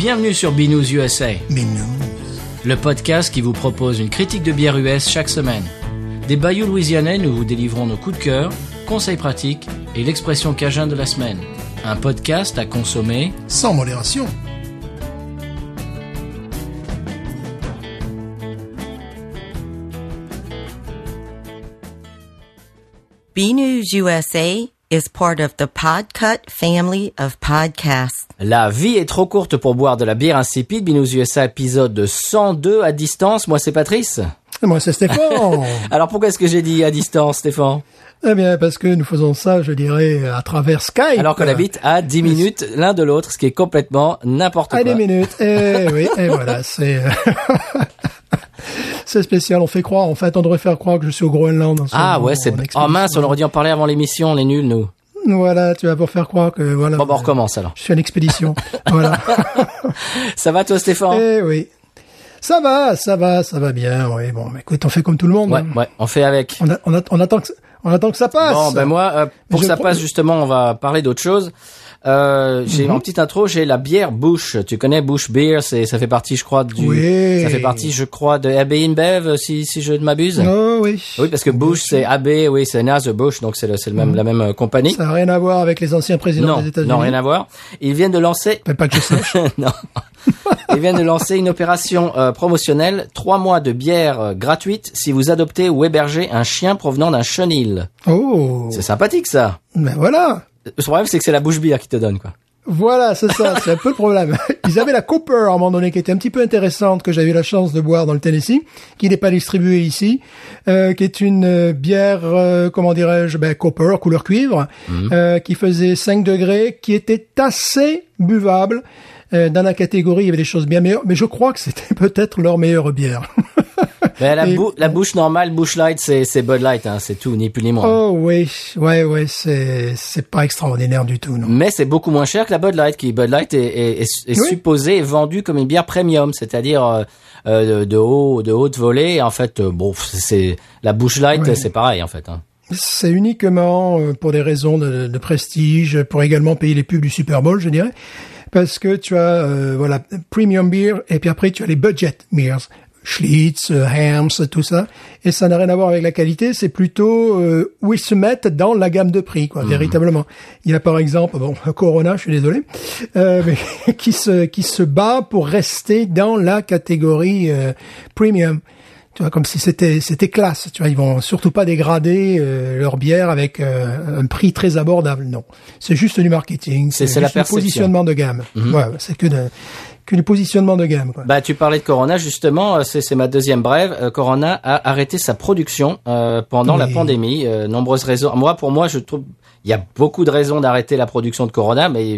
Bienvenue sur Binous USA, Binous. le podcast qui vous propose une critique de bière US chaque semaine. Des bayous louisianais, nous vous délivrons nos coups de cœur, conseils pratiques et l'expression cajun de la semaine. Un podcast à consommer Sans modération. BNews USA is part of the Podcut family of podcasts. La vie est trop courte pour boire de la bière insipide. Binous USA épisode 102 à distance. Moi, c'est Patrice. Et moi, c'est Stéphane. Alors, pourquoi est-ce que j'ai dit à distance, Stéphane? Eh bien, parce que nous faisons ça, je dirais, à travers Skype. Alors qu'on habite à 10 minutes l'un de l'autre, ce qui est complètement n'importe quoi. À 10 minutes. Eh oui, et voilà, c'est... C'est spécial, on fait croire, en fait, on devrait faire croire que je suis au Groenland. Ah ouais, c'est... Oh mince, on aurait dû en parler avant l'émission, on est nuls, nous. Voilà, tu vas pour faire croire que, voilà. Bon, on recommence alors. Je suis en expédition. Voilà. Ça va toi, Stéphane? Eh oui. Ça va bien, oui. Bon, mais écoute, on fait comme tout le monde. Ouais, on fait avec. On attend que ça passe. Bon, ben moi, pour que ça passe, justement, on va parler d'autre chose. J'ai en petite intro, j'ai la bière Busch. Tu connais Busch Beer, ça fait partie, je crois, Oui. Ça fait partie, je crois, de AB InBev, si je ne m'abuse. Oh, oui. Oui, parce que Busch, c'est AB, oui, c'est Anheuser-Busch, donc c'est la même compagnie. Ça n'a rien à voir avec les anciens présidents des États-Unis. Non, rien à voir. Ils viennent de lancer... Pas que je sache. Non. Ils viennent de lancer une opération promotionnelle, 3 mois de bière gratuite si vous adoptez ou hébergez un chien provenant d'un chenil. Oh. C'est sympathique, ça. Ben voilà. Le problème, c'est que c'est la Busch Beer qui te donne, quoi. Voilà, c'est ça, c'est un peu le problème. Ils avaient la Cooper à un moment donné qui était un petit peu intéressante, que j'avais eu la chance de boire dans le Tennessee, qui n'est pas distribuée ici, qui est une bière, comment dirais-je, Cooper, couleur cuivre, qui faisait 5 degrés, qui était assez buvable. Dans la catégorie, il y avait des choses bien meilleures, mais je crois que c'était peut-être leur meilleure bière. Mais la Busch normale, Busch Light, c'est Bud Light, hein, c'est tout, ni plus ni moins. Oh oui, ouais, c'est pas extraordinaire du tout, non. Mais c'est beaucoup moins cher que la Bud Light, qui Bud Light est Oui. supposée et vendue comme une bière premium, c'est-à-dire de haute volée. En fait, c'est la Busch Light, Ouais. c'est pareil en fait. Hein. C'est uniquement pour des raisons de prestige, pour également payer les pubs du Super Bowl, je dirais. Parce que tu as, premium beer, et puis après tu as les budget beers. Schlitz, Hams, tout ça. Et ça n'a rien à voir avec la qualité, c'est plutôt où ils se mettent dans la gamme de prix, quoi, véritablement. Il y a par exemple, Corona, je suis désolé, mais qui se bat pour rester dans la catégorie premium. Tu vois, comme si c'était classe. Tu vois, ils vont surtout pas dégrader leur bière avec un prix très abordable. Non, c'est juste du marketing. C'est juste la du perception. positionnement de gamme. Ouais, c'est que du positionnement de gamme, quoi. Bah, tu parlais de Corona, justement, c'est ma deuxième brève. Corona a arrêté sa production pendant la pandémie. Nombreuses raisons. Pour moi, je trouve il y a beaucoup de raisons d'arrêter la production de Corona, mais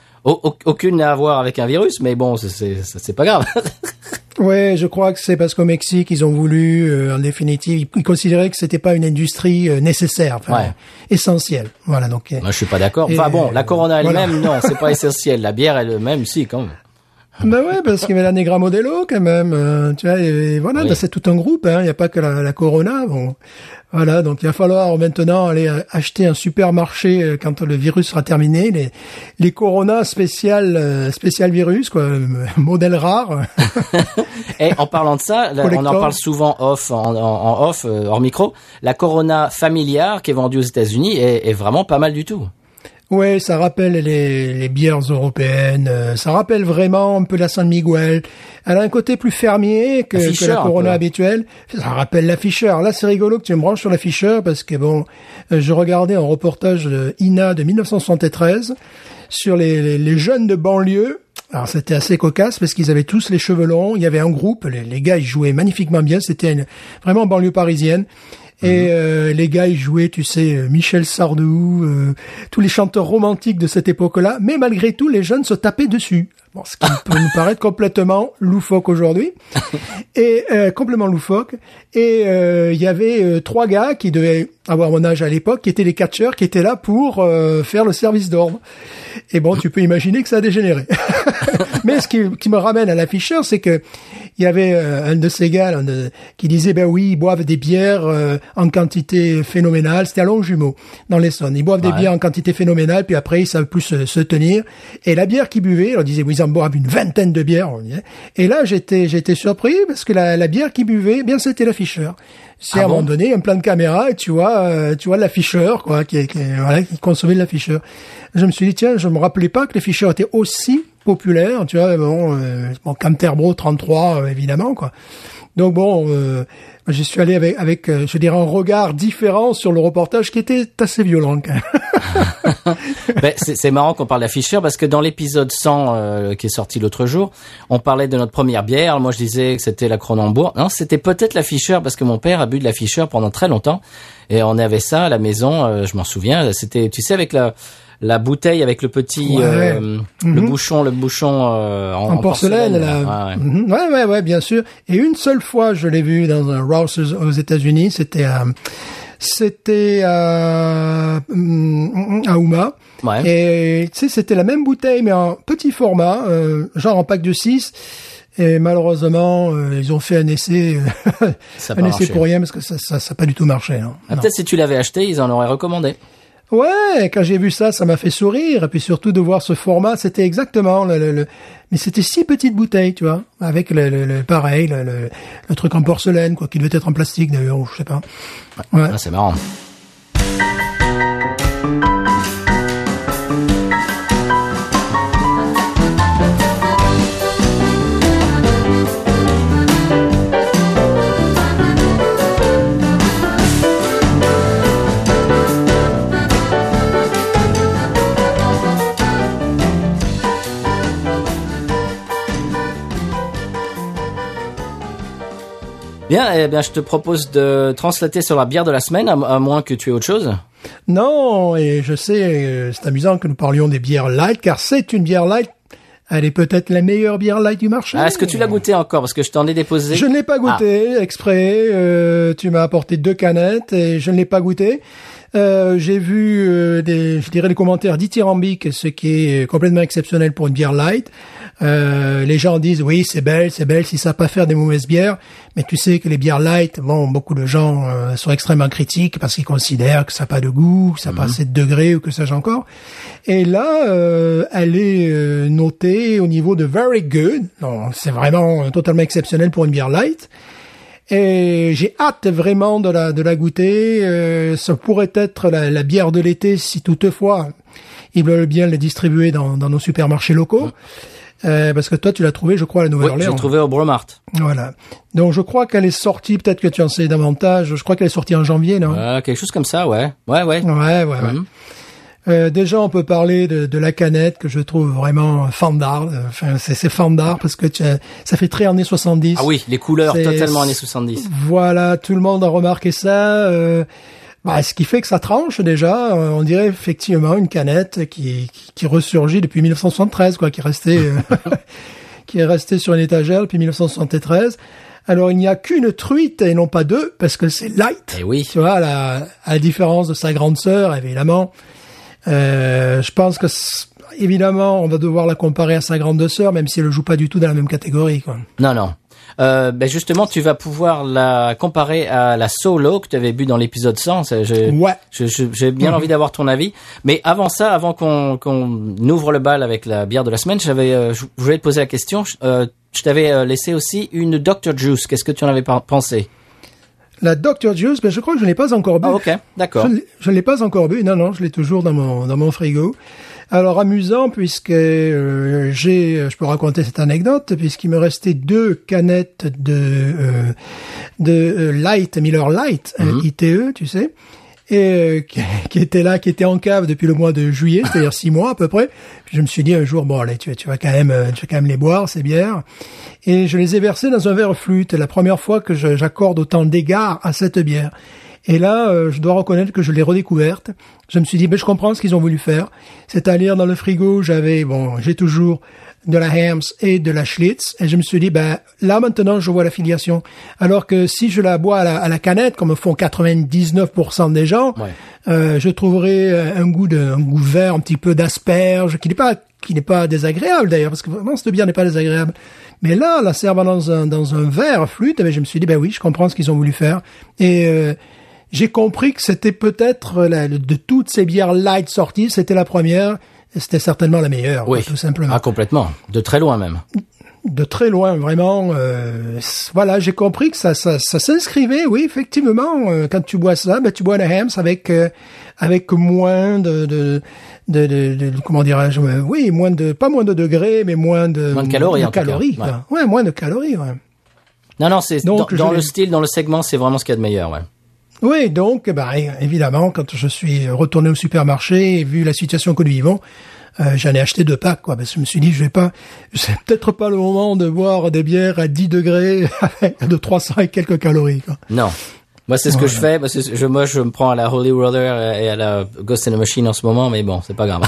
aucune n'a à voir avec un virus. Mais bon, c'est pas grave. Ouais, je crois que c'est parce qu'au Mexique, ils ont voulu, en définitive, ils considéraient que c'était pas une industrie nécessaire, essentielle. Voilà, donc. Moi, je suis pas d'accord. Enfin bon, la Corona elle-même, non, c'est pas essentiel. La bière elle-même, si, quand même. Ben ouais, parce qu'il y avait la Negra Modelo quand même, tu vois, et voilà, Oui. c'est tout un groupe, hein, il n'y a pas que la Corona, bon. Voilà, donc il va falloir maintenant aller acheter un supermarché quand le virus sera terminé, les Corona spécial virus, quoi, modèle rare. Et en parlant de ça, on en parle souvent en off, hors micro, la Corona familiar qui est vendue aux États-Unis est vraiment pas mal du tout. Ouais, ça rappelle les bières européennes, ça rappelle vraiment un peu la San Miguel. Elle a un côté plus fermier que la Corona habituelle. Ça rappelle la Fischer. Là, c'est rigolo que tu me branches sur la Fischer parce que je regardais un reportage de INA de 1973 sur les jeunes de banlieue. Alors, c'était assez cocasse parce qu'ils avaient tous les cheveux longs. Il y avait un groupe, les gars, ils jouaient magnifiquement bien. C'était vraiment banlieue parisienne. Et les gars, ils jouaient, tu sais, Michel Sardou, tous les chanteurs romantiques de cette époque-là. Mais malgré tout, les jeunes se tapaient dessus. Bon, ce qui peut nous paraître complètement loufoque aujourd'hui. Et complètement loufoque. Et il y avait 3 gars qui devaient avoir mon âge à l'époque, qui étaient les catcheurs, qui étaient là pour faire le service d'ordre. Et bon, tu peux imaginer que ça a dégénéré. Mais ce qui me ramène à la Fischer, c'est que il y avait un de ces gars qui disait ben oui, ils boivent des bières en quantité phénoménale. C'était à Longjumeau, dans l'Essonne. Ils boivent des bières en quantité phénoménale, puis après ils savent plus se tenir. Et la bière qu'ils buvaient, on disait oui, ils en boivent une vingtaine de bières. On disait. Et là j'étais surpris parce que la bière qu'ils buvaient, bien c'était la Fischer. C'est à un moment donné un plan de caméra et tu vois la Fischer quoi, qui consommait de la Fischer. Je me suis dit tiens, je me rappelais pas que les Fischer étaient aussi populaires, tu vois, Canterbro 33 évidemment quoi. Donc je suis allé avec je dirais un regard différent sur le reportage qui était assez violent quand même. C'est marrant qu'on parle de la Fischer parce que dans l'épisode 100 qui est sorti l'autre jour, on parlait de notre première bière. Moi je disais que c'était la Kronenbourg. Non, c'était peut-être la Fischer parce que mon père a bu de la Fischer pendant très longtemps et on avait ça à la maison, je m'en souviens, c'était tu sais avec la bouteille avec le petit le bouchon en porcelaine là. Ouais, bien sûr. Et une seule fois je l'ai vu dans un Rouse's aux États-Unis, c'était à Houma. Ouais. Et tu sais c'était la même bouteille mais en petit format, genre en pack de 6. Et malheureusement, ils ont fait un essai, pour rien parce que ça a pas du tout marché. Hein. Peut-être si tu l'avais acheté, ils en auraient recommandé. Ouais, quand j'ai vu ça m'a fait sourire. Et puis surtout de voir ce format, c'était exactement mais c'était 6 petites bouteilles, tu vois, avec pareil, le truc en porcelaine, quoi, qui devait être en plastique d'ailleurs, je sais pas. Ouais. Ah, c'est marrant. Bien, je te propose de translater sur la bière de la semaine, à moins que tu aies autre chose. Non, et je sais, c'est amusant que nous parlions des bières light, car c'est une bière light. Elle est peut-être la meilleure bière light du marché. Est-ce que tu l'as goûté encore? Parce que je t'en ai déposé. Je ne l'ai pas goûté, exprès. Tu m'as apporté 2 canettes et je ne l'ai pas goûté. J'ai vu les commentaires dithyrambiques, ce qui est complètement exceptionnel pour une bière light. Les gens disent oui, c'est belle, si ça va pas faire des mauvaises bières. Mais tu sais que les bières light, beaucoup de gens sont extrêmement critiques parce qu'ils considèrent que ça n'a pas de goût, que ça n'a pas assez de degrés ou que sais-je encore. Et là, elle est notée au niveau de very good. Non, c'est vraiment totalement exceptionnel pour une bière light. Et j'ai hâte vraiment de la goûter. Ça pourrait être la bière de l'été si toutefois ils veulent bien la distribuer dans nos supermarchés locaux. Parce que toi, tu l'as trouvé, je crois, à la Nouvelle-Orléans. Oui, je l'ai trouvé au Bromart. Voilà. Donc, je crois qu'elle est sortie, peut-être que tu en sais davantage, je crois qu'elle est sortie en janvier, non? Quelque chose comme ça, ouais. Ouais. Déjà, on peut parler de la canette, que je trouve vraiment fandard. Enfin, c'est fandard, parce que ça fait très années 70. Ah oui, les couleurs, totalement années 70. Voilà, tout le monde a remarqué ça. Ce qui fait que ça tranche déjà, on dirait effectivement une canette qui ressurgit depuis 1973, quoi, qui est restée sur une étagère depuis 1973. Alors il n'y a qu'une truite et non pas 2 parce que c'est light. Et oui. Tu vois, à la différence de sa grande sœur, évidemment. Je pense que évidemment, on va devoir la comparer à sa grande sœur, même si elle ne joue pas du tout dans la même catégorie, quoi. Non. Justement, tu vas pouvoir la comparer à la Solo que tu avais bu dans l'épisode 100. J'ai bien envie d'avoir ton avis. Mais avant ça, avant qu'on ouvre le bal avec la bière de la semaine, je voulais te poser la question. Je t'avais laissé aussi une Dr. Juice. Qu'est-ce que tu en avais pensé? La Dr. Juice, je crois que je l'ai pas encore bu. Ah, ok, d'accord. Je l'ai pas encore bu. Non, je l'ai toujours dans mon frigo. Alors amusant puisque je peux raconter cette anecdote puisqu'il me restait 2 canettes de Light, Miller Light, ITE, tu sais, et qui était en cave depuis le mois de juillet, c'est-à-dire 6 mois à peu près. Puis je me suis dit un jour, allez, tu vas quand même les boire ces bières. Et je les ai versées dans un verre flûte. La première fois que j'accorde autant d'égard à cette bière. Et là, je dois reconnaître que je l'ai redécouverte. Je me suis dit, je comprends ce qu'ils ont voulu faire. C'est-à-dire, dans le frigo, j'ai toujours de la Hams et de la Schlitz. Et je me suis dit, là, maintenant, je vois la filiation. Alors que si je la bois à la canette, comme font 99% des gens, je trouverais un goût vert, un petit peu d'asperge, qui n'est qui n'est pas désagréable d'ailleurs, parce que vraiment cette bière n'est pas désagréable. Mais là, la servant dans un verre flûte, je me suis dit, oui, je comprends ce qu'ils ont voulu faire. Et j'ai compris que c'était peut-être, de toutes ces bières light sorties, c'était la première, et c'était certainement la meilleure, oui. Tout simplement. Ah, complètement. De très loin même. De très loin, vraiment. Voilà, j'ai compris que ça s'inscrivait, oui, effectivement. Quand tu bois ça, tu bois une Hamm's avec moins de comment dirais-je, oui, pas moins de degrés, mais moins de calories, moins de calories, ouais. Non, c'est donc, dans le style, dans le segment, c'est vraiment ce qu'il y a de meilleur, ouais. Oui, donc, évidemment, quand je suis retourné au supermarché et vu la situation que nous vivons, j'en ai acheté 2 packs, parce que je me suis dit, c'est peut-être pas le moment de boire des bières à 10 degrés de 300 et quelques calories, quoi. Non. Moi, c'est ce que je fais. Moi, je me prends à la Holy Roller et à la Ghost in the Machine en ce moment, mais bon, c'est pas grave.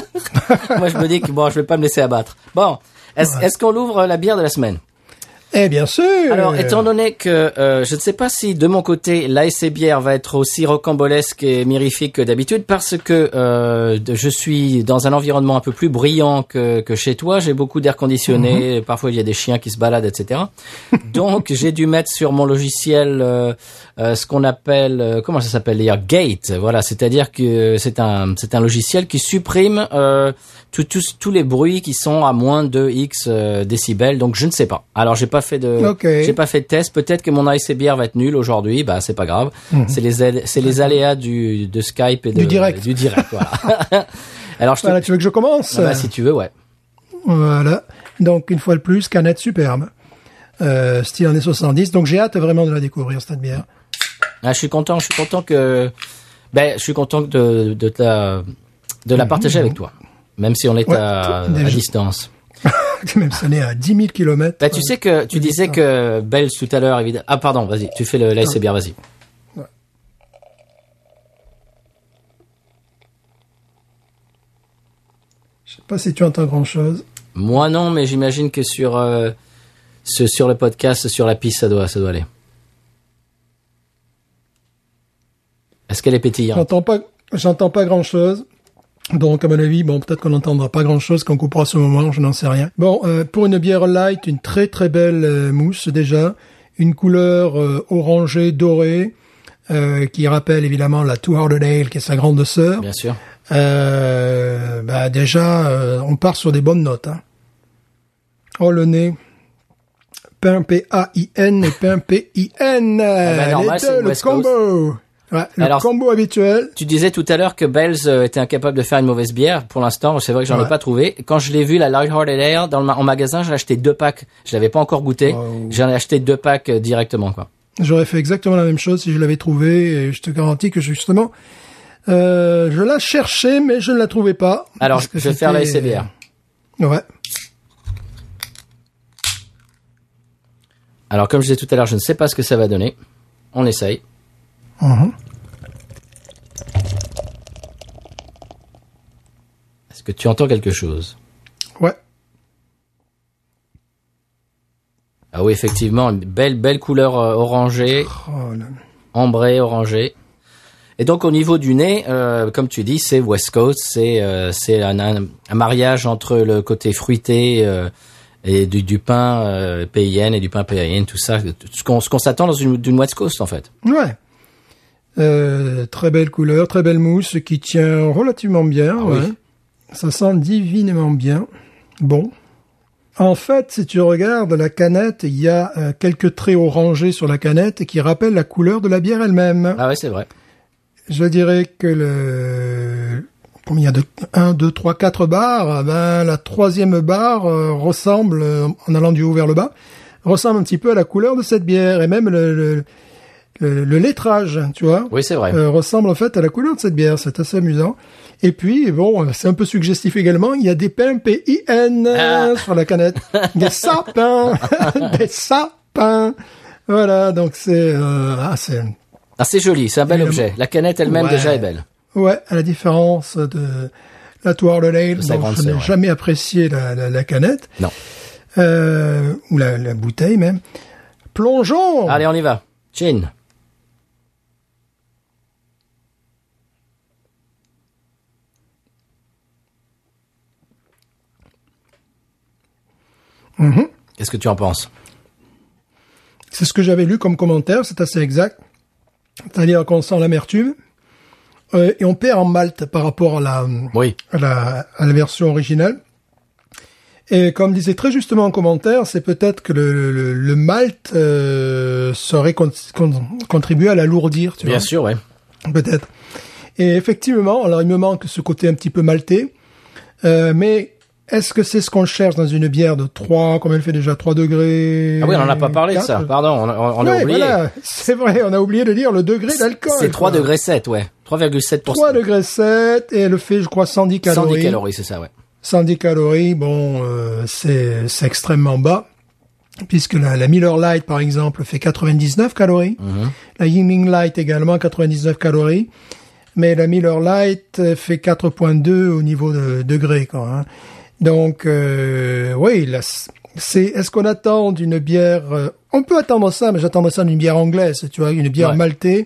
Moi, je me dis que je vais pas me laisser abattre. Bon. Est-ce qu'on ouvre la bière de la semaine? Eh bien sûr. Alors, étant donné que je ne sais pas si de mon côté l'ASC bière va être aussi rocambolesque et mirifique que d'habitude, parce que je suis dans un environnement un peu plus bruyant que chez toi. J'ai beaucoup d'air conditionné. Parfois il y a des chiens qui se baladent, etc. Donc j'ai dû mettre sur mon logiciel ce qu'on appelle comment ça s'appelle d'ailleurs, Gate. Voilà, c'est-à-dire que c'est un logiciel qui supprime tous les bruits qui sont à moins de X décibels. Donc je ne sais pas. Alors j'ai pas fait de test. Peut-être que mon ASC bière va être nul aujourd'hui. C'est pas grave. C'est les aléas de Skype et du direct. Voilà. Alors tu veux que je commence? Si tu veux, ouais. Voilà. Donc une fois de plus, canette superbe. Style années 70. Donc j'ai hâte vraiment de la découvrir, cette bière. Je suis content que je suis content de la partager avec toi. Même si on est à distance. Même si on est à 10 000 kilomètres. Tu sais que tu disais que Bells tout à l'heure, évidemment. Ah, pardon, vas-y, tu fais l'ASC bière, vas-y. Ouais. Je sais pas si tu entends grand-chose. Moi non, mais j'imagine que sur le podcast, sur la piste, ça doit aller. Est-ce qu'elle est pétillante? J'entends pas grand-chose. Donc, à mon avis, peut-être qu'on n'entendra pas grand-chose, qu'on coupera ce moment, je n'en sais rien. Pour une bière light, une très très belle mousse déjà, une couleur orangée, dorée, qui rappelle évidemment la Two Hearted Ale, qui est sa grande sœur. Bien sûr. Déjà, on part sur des bonnes notes. Hein. Oh, le nez. Pain P-A-I-N et pain P-I-N. Normal, les deux, le combo. Ouais, combo habituel. Tu disais tout à l'heure que Bells était incapable de faire une mauvaise bière. Pour l'instant, c'est vrai que j'en ai pas trouvé. Quand je l'ai vu, la Lighthearted Ale, en magasin, j'en ai acheté 2 packs. Je l'avais pas encore goûté. Wow. J'en ai acheté 2 packs directement, quoi. J'aurais fait exactement la même chose si je l'avais trouvé. Et je te garantis que justement, je la cherchais, mais je ne la trouvais pas. Alors, je vais faire la SCBR. Ouais. Alors, comme je disais tout à l'heure, je ne sais pas ce que ça va donner. On essaye. Est-ce que tu entends quelque chose? Ouais. Ah oui, effectivement, une belle couleur orangée, ambrée, orangée. Et donc au niveau du nez, comme tu dis, c'est West Coast, c'est un mariage entre le côté fruité et du pain PIN et du pain PIN, tout ça, ce qu'on s'attend dans d'une West Coast en fait. Ouais. Très belle couleur, très belle mousse qui tient relativement bien. Ah, ouais. Oui. Ça sent divinement bien. Bon. En fait, si tu regardes la canette, il y a quelques traits orangés sur la canette qui rappellent la couleur de la bière elle-même. Ah ouais, c'est vrai. Je dirais que combien il y a 1, 2, 3, 4 barres, la 3e barre ressemble, en allant du haut vers le bas, ressemble un petit peu à la couleur de cette bière. Et même le lettrage, tu vois. Oui, c'est vrai. Ressemble en fait à la couleur de cette bière. C'est assez amusant. Et puis, c'est un peu suggestif également. Il y a des pins P-I-N sur la canette. Des sapins. Des sapins. Voilà. Donc c'est joli. C'est un bel objet. La canette elle-même déjà est belle. Ouais. À la différence de la Two Hearted Ale, dont je n'ai jamais apprécié la canette. Non. Ou la bouteille même. Plongeons. Allez, on y va. Chin. Qu'est-ce que tu en penses? C'est ce que j'avais lu comme commentaire, c'est assez exact. C'est-à-dire qu'on sent l'amertume et on perd en malt par rapport à la version originale. Et comme disait très justement en commentaire, c'est peut-être que le malt serait contribué à l'alourdir, tu vois. Bien sûr, ouais. Peut-être. Et effectivement, alors il me manque ce côté un petit peu maltais, mais est-ce que c'est ce qu'on cherche dans une bière de 3, comme elle fait déjà 3 degrés? Ah oui, on n'en a pas parlé 4? De ça. Pardon, on a oublié. Voilà, c'est vrai, on a oublié de dire le degré d'alcool. C'est 3 degrés 7, ouais. 3,7%. 3 degrés 7, et elle fait, je crois, 110 calories. 110 calories, c'est ça, ouais. 110 calories, bon, c'est extrêmement bas. Puisque la Miller Lite, par exemple, fait 99 calories. La Yuengling Light également, 99 calories. Mais la Miller Lite fait 4,2 au niveau de degrés, quoi, hein. Donc, oui, là, est-ce qu'on attend d'une bière, on peut attendre ça, mais j'attendrais ça d'une bière anglaise, tu vois, une bière maltais,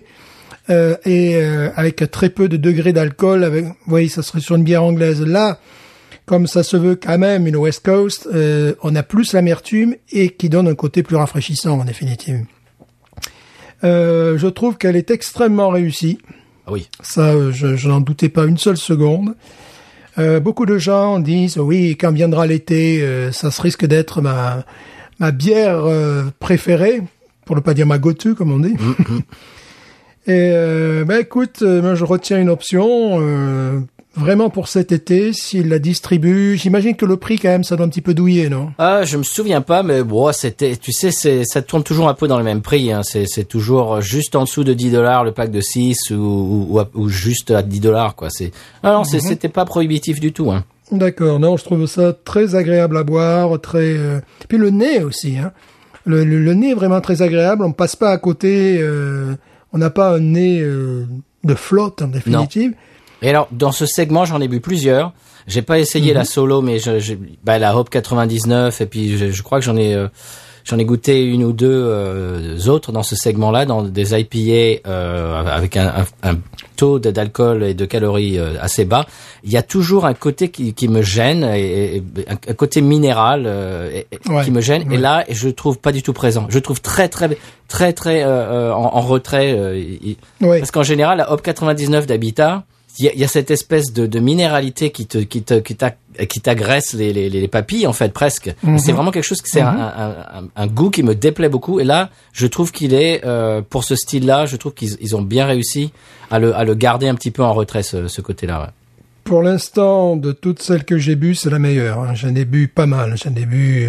avec très peu de degrés d'alcool, oui, ça serait sur une bière anglaise. Là, comme ça se veut quand même une West Coast, on a plus l'amertume et qui donne un côté plus rafraîchissant, en définitive. Je trouve qu'elle est extrêmement réussie. Ah oui. Ça, je n'en doutais pas une seule seconde. Beaucoup de gens disent oui, quand viendra l'été, ça se risque d'être ma bière préférée, pour ne pas dire ma go-to comme on dit. Et écoute, moi je retiens une option vraiment pour cet été, s'il la distribue. J'imagine que le prix quand même ça doit un petit peu douiller, non? Ah, je me souviens pas, mais bon, tu sais, ça tourne toujours un peu dans le même prix, hein. C'est toujours juste en dessous de $10 le pack de 6 ou juste à $10, quoi. C'était pas prohibitif du tout, hein. D'accord, non, je trouve ça très agréable à boire, très puis le nez aussi, hein. Le nez est vraiment très agréable, on passe pas à côté, on n'a pas un nez de flotte en définitive. Non. Et alors, dans ce segment, j'en ai bu plusieurs. J'ai pas essayé la solo, mais la Hop 99, et puis je crois que j'en ai goûté une ou deux autres dans ce segment-là, dans des IPA avec un taux d'alcool et de calories assez bas. Il y a toujours un côté qui me gêne, et un côté minéral qui me gêne. Ouais. Et là, je le trouve pas du tout présent. Je le trouve très en retrait. Parce qu'en général, la Hop 99 d'Habitat, il y a cette espèce de minéralité qui t'agresse les papilles, en fait, presque. C'est vraiment quelque chose c'est un goût qui me déplaît beaucoup. Et là, je trouve qu'il est, pour ce style-là, je trouve qu'ils ont bien réussi à le garder un petit peu en retrait, ce côté-là, ouais. Pour l'instant, de toutes celles que j'ai bu, c'est la meilleure, hein. J'en ai bu pas mal. J'en ai bu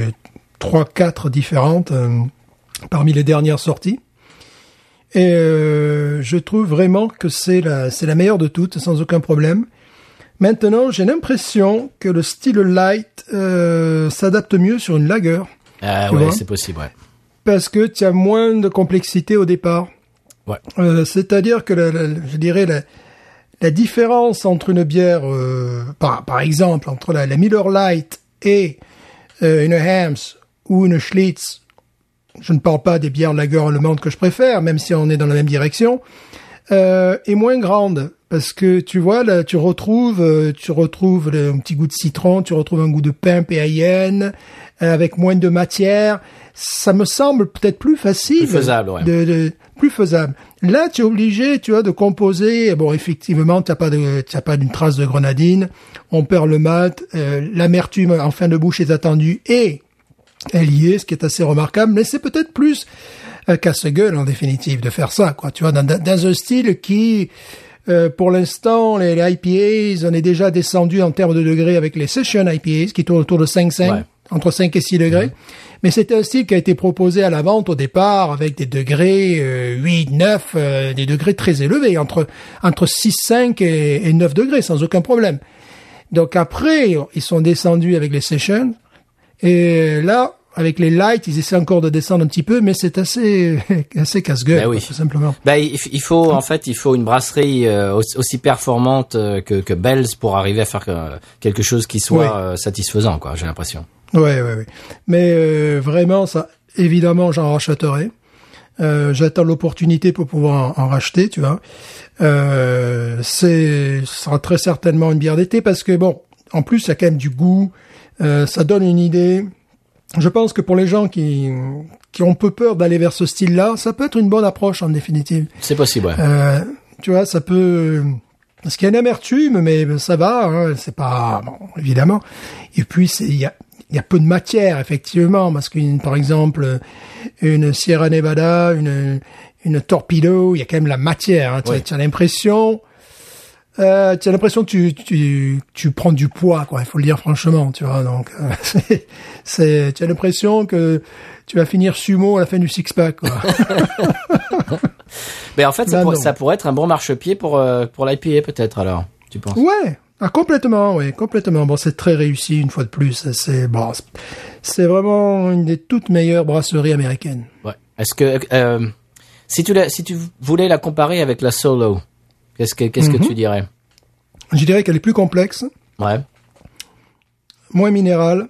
3-4 différentes, parmi les dernières sorties. Et je trouve vraiment que c'est la meilleure de toutes, sans aucun problème. Maintenant, j'ai l'impression que le style light s'adapte mieux sur une lager. Ah ouais, c'est possible, ouais. Parce que tu as moins de complexité au départ. Ouais. C'est-à-dire que je dirais la différence entre une bière, par exemple, entre la Miller Lite et une Hamm's ou une Schlitz. Je ne parle pas des bières lager allemandes que je préfère, même si on est dans la même direction, est moins grande. Parce que tu vois, là, tu retrouves un petit goût de citron, tu retrouves un goût de pain PAIN, avec moins de matière. Ça me semble peut-être plus facile. Plus faisable, ouais. Plus faisable. Là, tu es obligé, tu vois, de composer. Bon, effectivement, t'as pas d'une trace de grenadine. On perd le malt. L'amertume en fin de bouche est attendue et elle y est, ce qui est assez remarquable, mais c'est peut-être plus casse-gueule en définitive de faire ça, quoi. Tu vois, dans un style qui, pour l'instant, les IPAs, on est déjà descendu en termes de degrés avec les session IPAs qui tournent autour de 5,5, ouais. Entre 5 et 6 degrés. Mais c'est un style qui a été proposé à la vente au départ avec des degrés 8, 9, des degrés très élevés, entre 6, 5 et 9 degrés, sans aucun problème. Donc après, ils sont descendus avec les sessions. Et là, avec les lights, ils essaient encore de descendre un petit peu, mais c'est assez casse-gueule, oui. Tout simplement. Il faut une brasserie aussi performante que Bell's pour arriver à faire quelque chose qui soit satisfaisant, quoi. J'ai l'impression. Ouais. Mais vraiment, ça, évidemment, j'en rachèterai. J'attends l'opportunité pour pouvoir en racheter, tu vois. Ce sera très certainement une bière d'été parce que bon, en plus, il y a quand même du goût. Ça donne une idée. je pense que pour les gens qui ont peu peur d'aller vers ce style-là, ça peut être une bonne approche en définitive. C'est possible, ouais. Tu vois, ça peut... Parce qu'il y a une amertume, mais ça va, hein, c'est pas... Bon, évidemment. Et puis, il y a peu de matière, effectivement, parce par exemple, une Sierra Nevada, une Torpedo, il y a quand même la matière. Hein, oui. Tu as l'impression... tu as l'impression que tu prends du poids, quoi. Il faut le dire franchement, tu vois. Donc, tu as l'impression que tu vas finir sumo à la fin du six-pack, quoi. Mais en fait, ça pourrait être un bon marchepied pour l'IPA, peut-être, alors, tu penses? Ouais. Ah, complètement, oui, complètement. Bon, c'est très réussi, une fois de plus. C'est vraiment une des toutes meilleures brasseries américaines. Ouais. Est-ce que, si tu voulais la comparer avec la Solo, qu'est-ce que tu dirais? Je dirais qu'elle est plus complexe. Ouais. Moins minérale.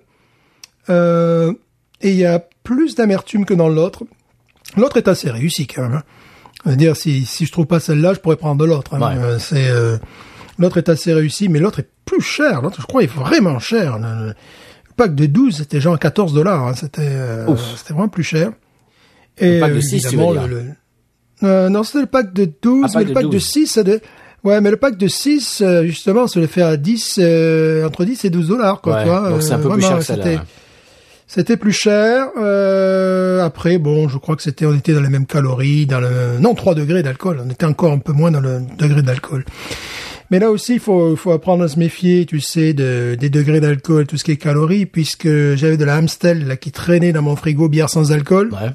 Et il y a plus d'amertume que dans l'autre. L'autre est assez réussi, quand même. Hein. Je veux dire, si je trouve pas celle-là, je pourrais prendre l'autre. Hein. Ouais. L'autre est assez réussi, mais l'autre est plus cher. L'autre, je crois, est vraiment cher. Le pack de 12, c'était genre $14. Hein. C'était vraiment plus cher. Et le pack de 6, tu veux dire? Non, c'était le pack de 12, mais le pack de 6, c'est ouais, mais le pack de 6, justement, ça le fait à 10, entre 10 et $12, quoi, ouais, tu vois. Donc c'est un peu plus cher que celle-là. C'était plus cher. Après, bon, je crois que on était dans les mêmes calories, 3 degrés d'alcool. On était encore un peu moins dans le degré d'alcool. Mais là aussi, il faut apprendre à se méfier, tu sais, des degrés d'alcool, tout ce qui est calories, puisque j'avais de la Amstel, là, qui traînait dans mon frigo, bière sans alcool. Ouais.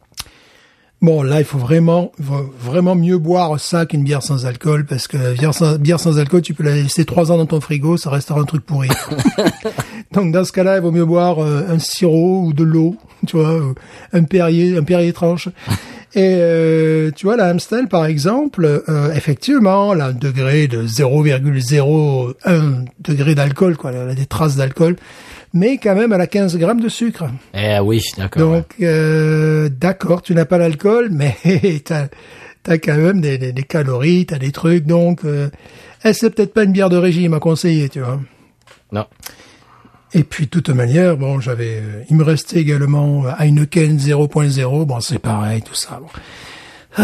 Bon, là, il faut vraiment mieux boire ça qu'une bière sans alcool, parce que bière sans alcool, tu peux la laisser 3 ans dans ton frigo, ça restera un truc pourri. Donc, dans ce cas-là, il vaut mieux boire un sirop ou de l'eau, tu vois, un Perrier tranche. Et tu vois, la Amstel, par exemple, effectivement, elle a un degré de 0,01 degré d'alcool, quoi. Elle a des traces d'alcool. Mais quand même, elle a 15 grammes de sucre. Eh oui, d'accord. Donc, d'accord, tu n'as pas l'alcool, mais t'as quand même des calories, t'as des trucs. Donc, c'est peut-être pas une bière de régime à conseiller, tu vois. Non. Et puis, de toute manière, bon, il me restait également Heineken 0.0. Bon, c'est pareil, tout ça. Bon.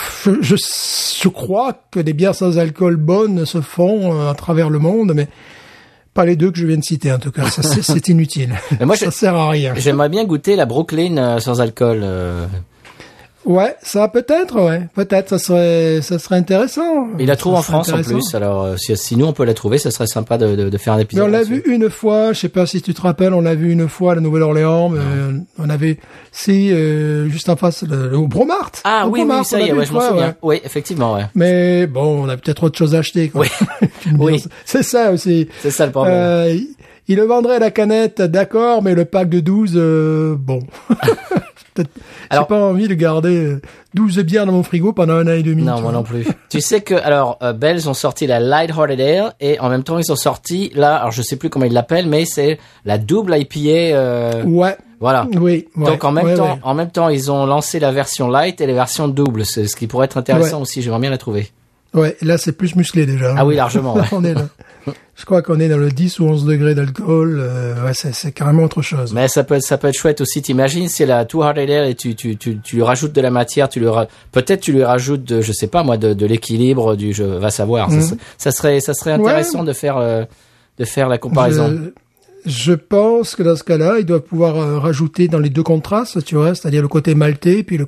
Je crois que des bières sans alcool bonnes se font à travers le monde, mais pas les deux que je viens de citer, en tout cas. Ça, c'est inutile. Mais moi, ça sert à rien. J'aimerais bien goûter la Brooklyn sans alcool. Ouais, ça peut-être, ça serait intéressant. Il la trouve en France en plus, alors si nous on peut la trouver, ça serait sympa de faire un épisode. Mais on l'a vu une fois, je sais pas si tu te rappelles, on l'a vu une fois à la Nouvelle-Orléans, on avait juste en face au Bromart. Ah oui, ça y est, ouais, je m'en souviens. Ouais. Oui, effectivement, ouais. Mais bon, on a peut-être autre chose à acheter, quoi. Oui. Oui. C'est ça aussi. C'est ça le problème. Il le vendrait à la canette, d'accord, mais le pack de 12, bon. J'ai pas envie de garder 12 bières dans mon frigo pendant 1 an et demi. Non, moi non plus. Tu sais que, Bell's ont sorti la Light Hearted Ale et en même temps ils ont sorti alors je sais plus comment ils l'appellent, mais c'est la double IPA. Ouais. Voilà. Oui. Ouais, donc en même temps, ils ont lancé la version light et la version double. C'est ce qui pourrait être intéressant aussi. J'aimerais bien la trouver. Ouais, là c'est plus musclé déjà. Ah oui, largement. Ouais. Là, on est là. Je crois qu'on est dans le 10 ou 11 degrés d'alcool. Ouais, c'est carrément autre chose. Mais ça peut être chouette aussi. T'imagines, c'est la Two Hearted Ale et tu lui rajoutes de la matière, peut-être tu lui rajoutes je sais pas moi, de l'équilibre va savoir. Ça serait intéressant de faire la comparaison. Je pense que dans ce cas-là, il doit pouvoir rajouter dans les deux contrastes, tu vois, c'est-à-dire le côté maltais puis le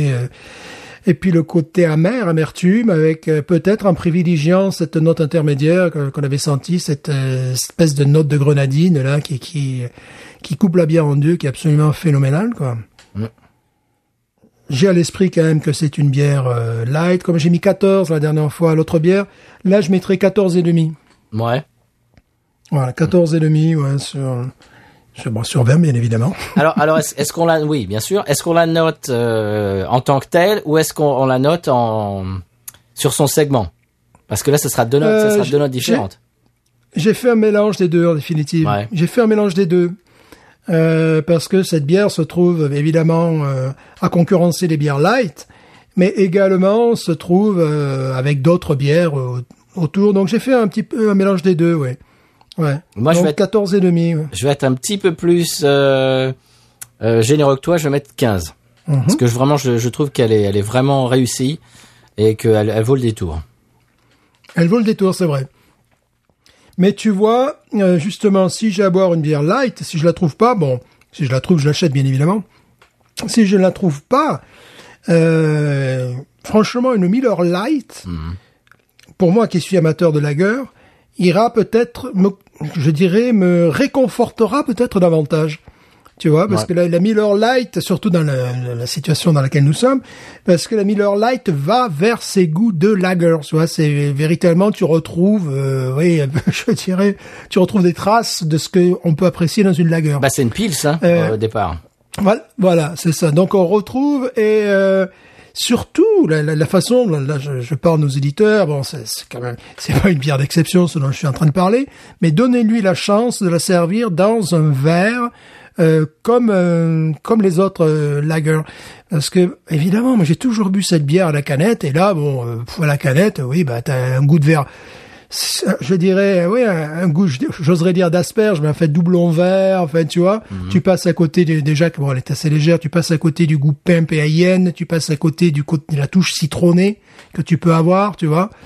côté amertume, avec peut-être en privilégiant cette note intermédiaire qu'on avait sentie, cette espèce de note de grenadine là qui coupe la bière en deux, qui est absolument phénoménale, quoi. J'ai à l'esprit quand même que c'est une bière light, comme j'ai mis 14 la dernière fois à l'autre bière. Là, je mettrais 14,5. Ouais. Voilà, 14,5, ouais, sur 20, bien évidemment. Alors, est-ce qu'on la, oui, bien sûr. Est-ce qu'on la note en tant que telle, ou est-ce qu'on la note sur son segment? Parce que là, ça sera deux notes différentes. J'ai fait un mélange des deux, en définitive. Ouais. J'ai fait un mélange des deux. Parce que cette bière se trouve, évidemment, à concurrencer les bières light, mais également se trouve avec d'autres bières autour. Donc, j'ai fait un petit peu un mélange des deux, ouais. Ouais. Moi, donc, 14,5. Ouais. Je vais être un petit peu plus généreux que toi, je vais mettre 15. Parce que je trouve qu'elle est vraiment réussie et qu'elle vaut le détour. Elle vaut le détour, c'est vrai. Mais tu vois, justement, si j'ai à boire une bière light, si je la trouve pas, bon, si je la trouve, je l'achète bien évidemment. Si je ne la trouve pas, franchement, une Miller Light, pour moi qui suis amateur de lager, ira peut-être, me réconfortera peut-être davantage. Tu vois, parce que la Miller Lite, surtout dans la situation dans laquelle nous sommes, parce que la Miller Lite va vers ses goûts de lager. Tu vois, c'est véritablement, tu retrouves, je dirais, tu retrouves des traces de ce que on peut apprécier dans une lager. Bah, c'est une pils, au départ. Voilà, c'est ça. Donc on retrouve et surtout la façon, là je parle nos éditeurs, bon c'est quand même, c'est pas une bière d'exception ce dont je suis en train de parler, mais donnez-lui la chance de la servir dans un verre comme les autres lagers, parce que évidemment moi j'ai toujours bu cette bière à la canette et là à la canette t'as un goût de verre, je dirais un goût, j'oserais dire d'asperge, mais en fait doublon vert, enfin tu vois, tu passes à côté déjà que elle est assez légère, tu passes à côté du goût pimp et Cayenne, tu passes à côté de la touche citronnée que tu peux avoir, tu vois.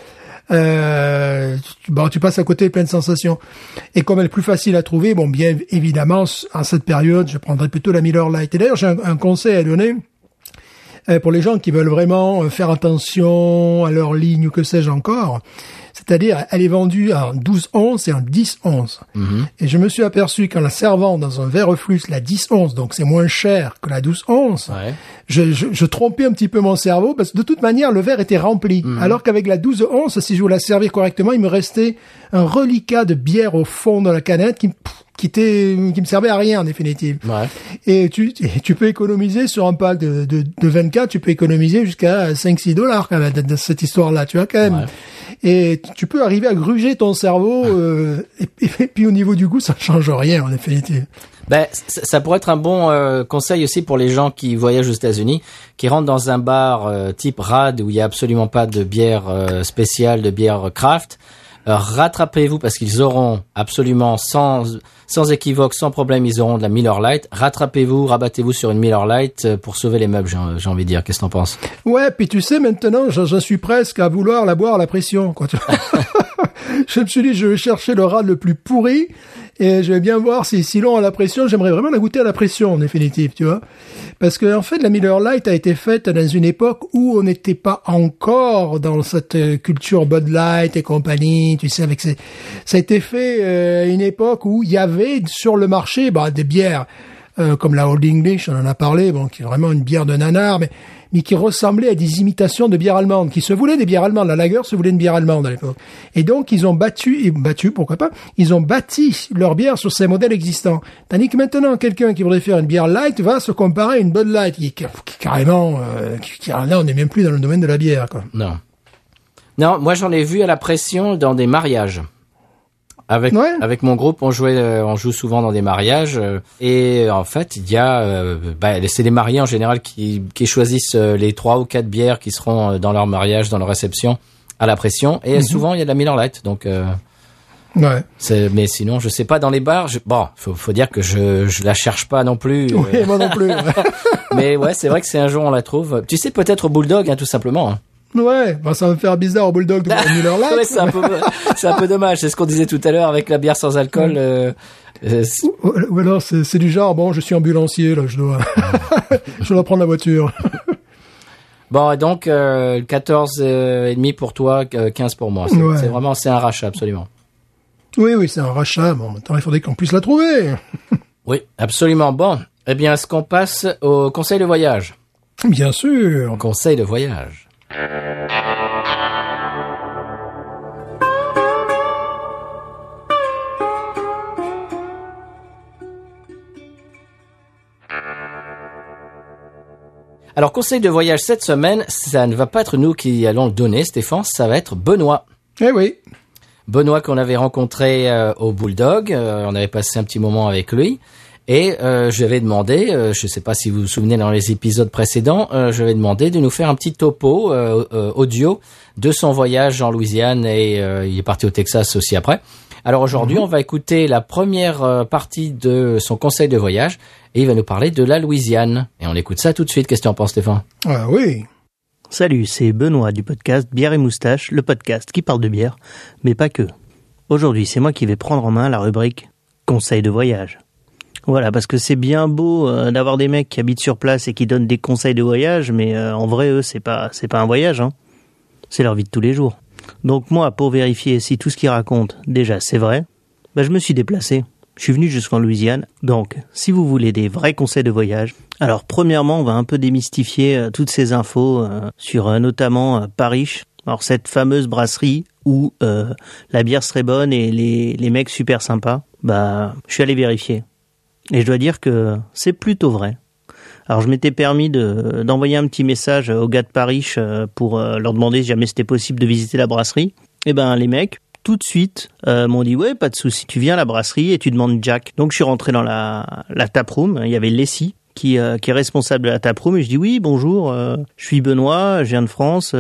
Tu passes à côté de plein de sensations. Et comme elle est plus facile à trouver, bien évidemment, en cette période, je prendrais plutôt la Miller Lite. Et d'ailleurs, j'ai un conseil à donner pour les gens qui veulent vraiment faire attention à leur ligne ou que sais-je encore. C'est-à-dire, elle est vendue en 12 onces et en 10 onces. Et je me suis aperçu qu'en la servant dans un verre flux, la 10 onces, donc c'est moins cher que la 12 onces, je trompais un petit peu mon cerveau parce que de toute manière, le verre était rempli. Alors qu'avec la 12 onces, si je voulais la servir correctement, il me restait un reliquat de bière au fond de la canette qui me servait à rien en définitive. Et tu peux économiser sur un pack de 24, tu peux économiser jusqu'à $5-6 quand même dans cette histoire-là, tu vois quand même. Et tu peux arriver à gruger ton cerveau et puis au niveau du goût, ça ne change rien en définitive. Ça pourrait être un bon conseil aussi pour les gens qui voyagent aux États-Unis, qui rentrent dans un bar type RAD où il y a absolument pas de bière spéciale, de bière craft. Rattrapez-vous parce qu'ils auront absolument sans équivoque, sans problème, ils auront de la Miller Lite. Rattrapez-vous, rabattez-vous sur une Miller Lite pour sauver les meubles, j'ai envie de dire. Qu'est-ce que t'en penses? Ouais, puis tu sais, maintenant, j'en suis presque à vouloir la boire à la pression, quoi. Je me suis dit, je vais chercher le rad le plus pourri et je vais bien voir si long à la pression. J'aimerais vraiment la goûter à la pression, en définitive, tu vois. Parce que, en fait, la Miller Lite a été faite dans une époque où on n'était pas encore dans cette culture Bud Light et compagnie, tu sais, ça a été fait à une époque où il y avait sur le marché, des bières, comme la Old English, on en a parlé, qui est vraiment une bière de nanar, mais qui ressemblait à des imitations de bières allemandes, qui se voulaient des bières allemandes. La lager se voulait une bière allemande à l'époque. Et donc, ils ont battu, pourquoi pas, ils ont bâti leur bière sur ces modèles existants. Tandis que maintenant, quelqu'un qui voudrait faire une bière light va se comparer à une Bud Light, qui carrément, là, on n'est même plus dans le domaine de la bière, quoi. Non, moi, j'en ai vu à la pression dans des mariages. Avec mon groupe, on joue souvent dans des mariages et en fait, il y a c'est les mariés en général qui choisissent les 3 ou 4 bières qui seront dans leur mariage, dans leur réception à la pression et souvent il y a de la Miller Lite. Donc mais sinon, je sais pas dans les bars, faut dire que je la cherche pas non plus. Oui, moi non plus. Mais c'est vrai que c'est un jour on la trouve. Tu sais peut-être au Bulldog tout simplement. Ouais, ça va me faire bizarre au Bulldog de boire Miller Lite. C'est un peu dommage. C'est ce qu'on disait tout à l'heure avec la bière sans alcool. Ou alors c'est du genre, je suis ambulancier là, je dois prendre la voiture. Bon, et donc 14,5 pour toi, 15 pour moi. C'est un rachat absolument. Oui, c'est un rachat. Maintenant il faudrait qu'on puisse la trouver. Oui, absolument. Bon, eh bien, est-ce qu'on passe au conseil de voyage? Bien sûr. Conseil de voyage. Alors, conseil de voyage cette semaine, ça ne va pas être nous qui allons le donner, Stéphane, ça va être Benoît. Eh oui. Benoît qu'on avait rencontré au Bulldog, on avait passé un petit moment avec lui. Et je lui avais demandé, je ne sais pas si vous vous souvenez dans les épisodes précédents, je lui avais demandé de nous faire un petit topo audio de son voyage en Louisiane et il est parti au Texas aussi après. Alors aujourd'hui, on va écouter la première partie de son conseil de voyage et il va nous parler de la Louisiane. Et on écoute ça tout de suite. Qu'est-ce que tu en penses, Stéphane? Ah oui. Salut, c'est Benoît du podcast Bière et Moustache, le podcast qui parle de bière, mais pas que. Aujourd'hui, c'est moi qui vais prendre en main la rubrique conseil de voyage. Voilà, parce que c'est bien beau d'avoir des mecs qui habitent sur place et qui donnent des conseils de voyage, mais en vrai, eux, c'est pas un voyage, hein. C'est leur vie de tous les jours. Donc moi, pour vérifier si tout ce qu'ils racontent, déjà, c'est vrai, je me suis déplacé. Je suis venu jusqu'en Louisiane. Donc, si vous voulez des vrais conseils de voyage, alors premièrement, on va un peu démystifier toutes ces infos sur notamment Parish. Alors cette fameuse brasserie où la bière serait bonne et les mecs super sympas, je suis allé vérifier. Et je dois dire que c'est plutôt vrai. Alors je m'étais permis d'envoyer un petit message aux gars de Parish pour leur demander si jamais c'était possible de visiter la brasserie. Et les mecs, tout de suite, m'ont dit « Ouais, pas de souci, tu viens à la brasserie et tu demandes Jack ». Donc je suis rentré dans la taproom, il y avait Leslie qui est responsable de la taproom et je dis « Oui, bonjour, je suis Benoît, je viens de France,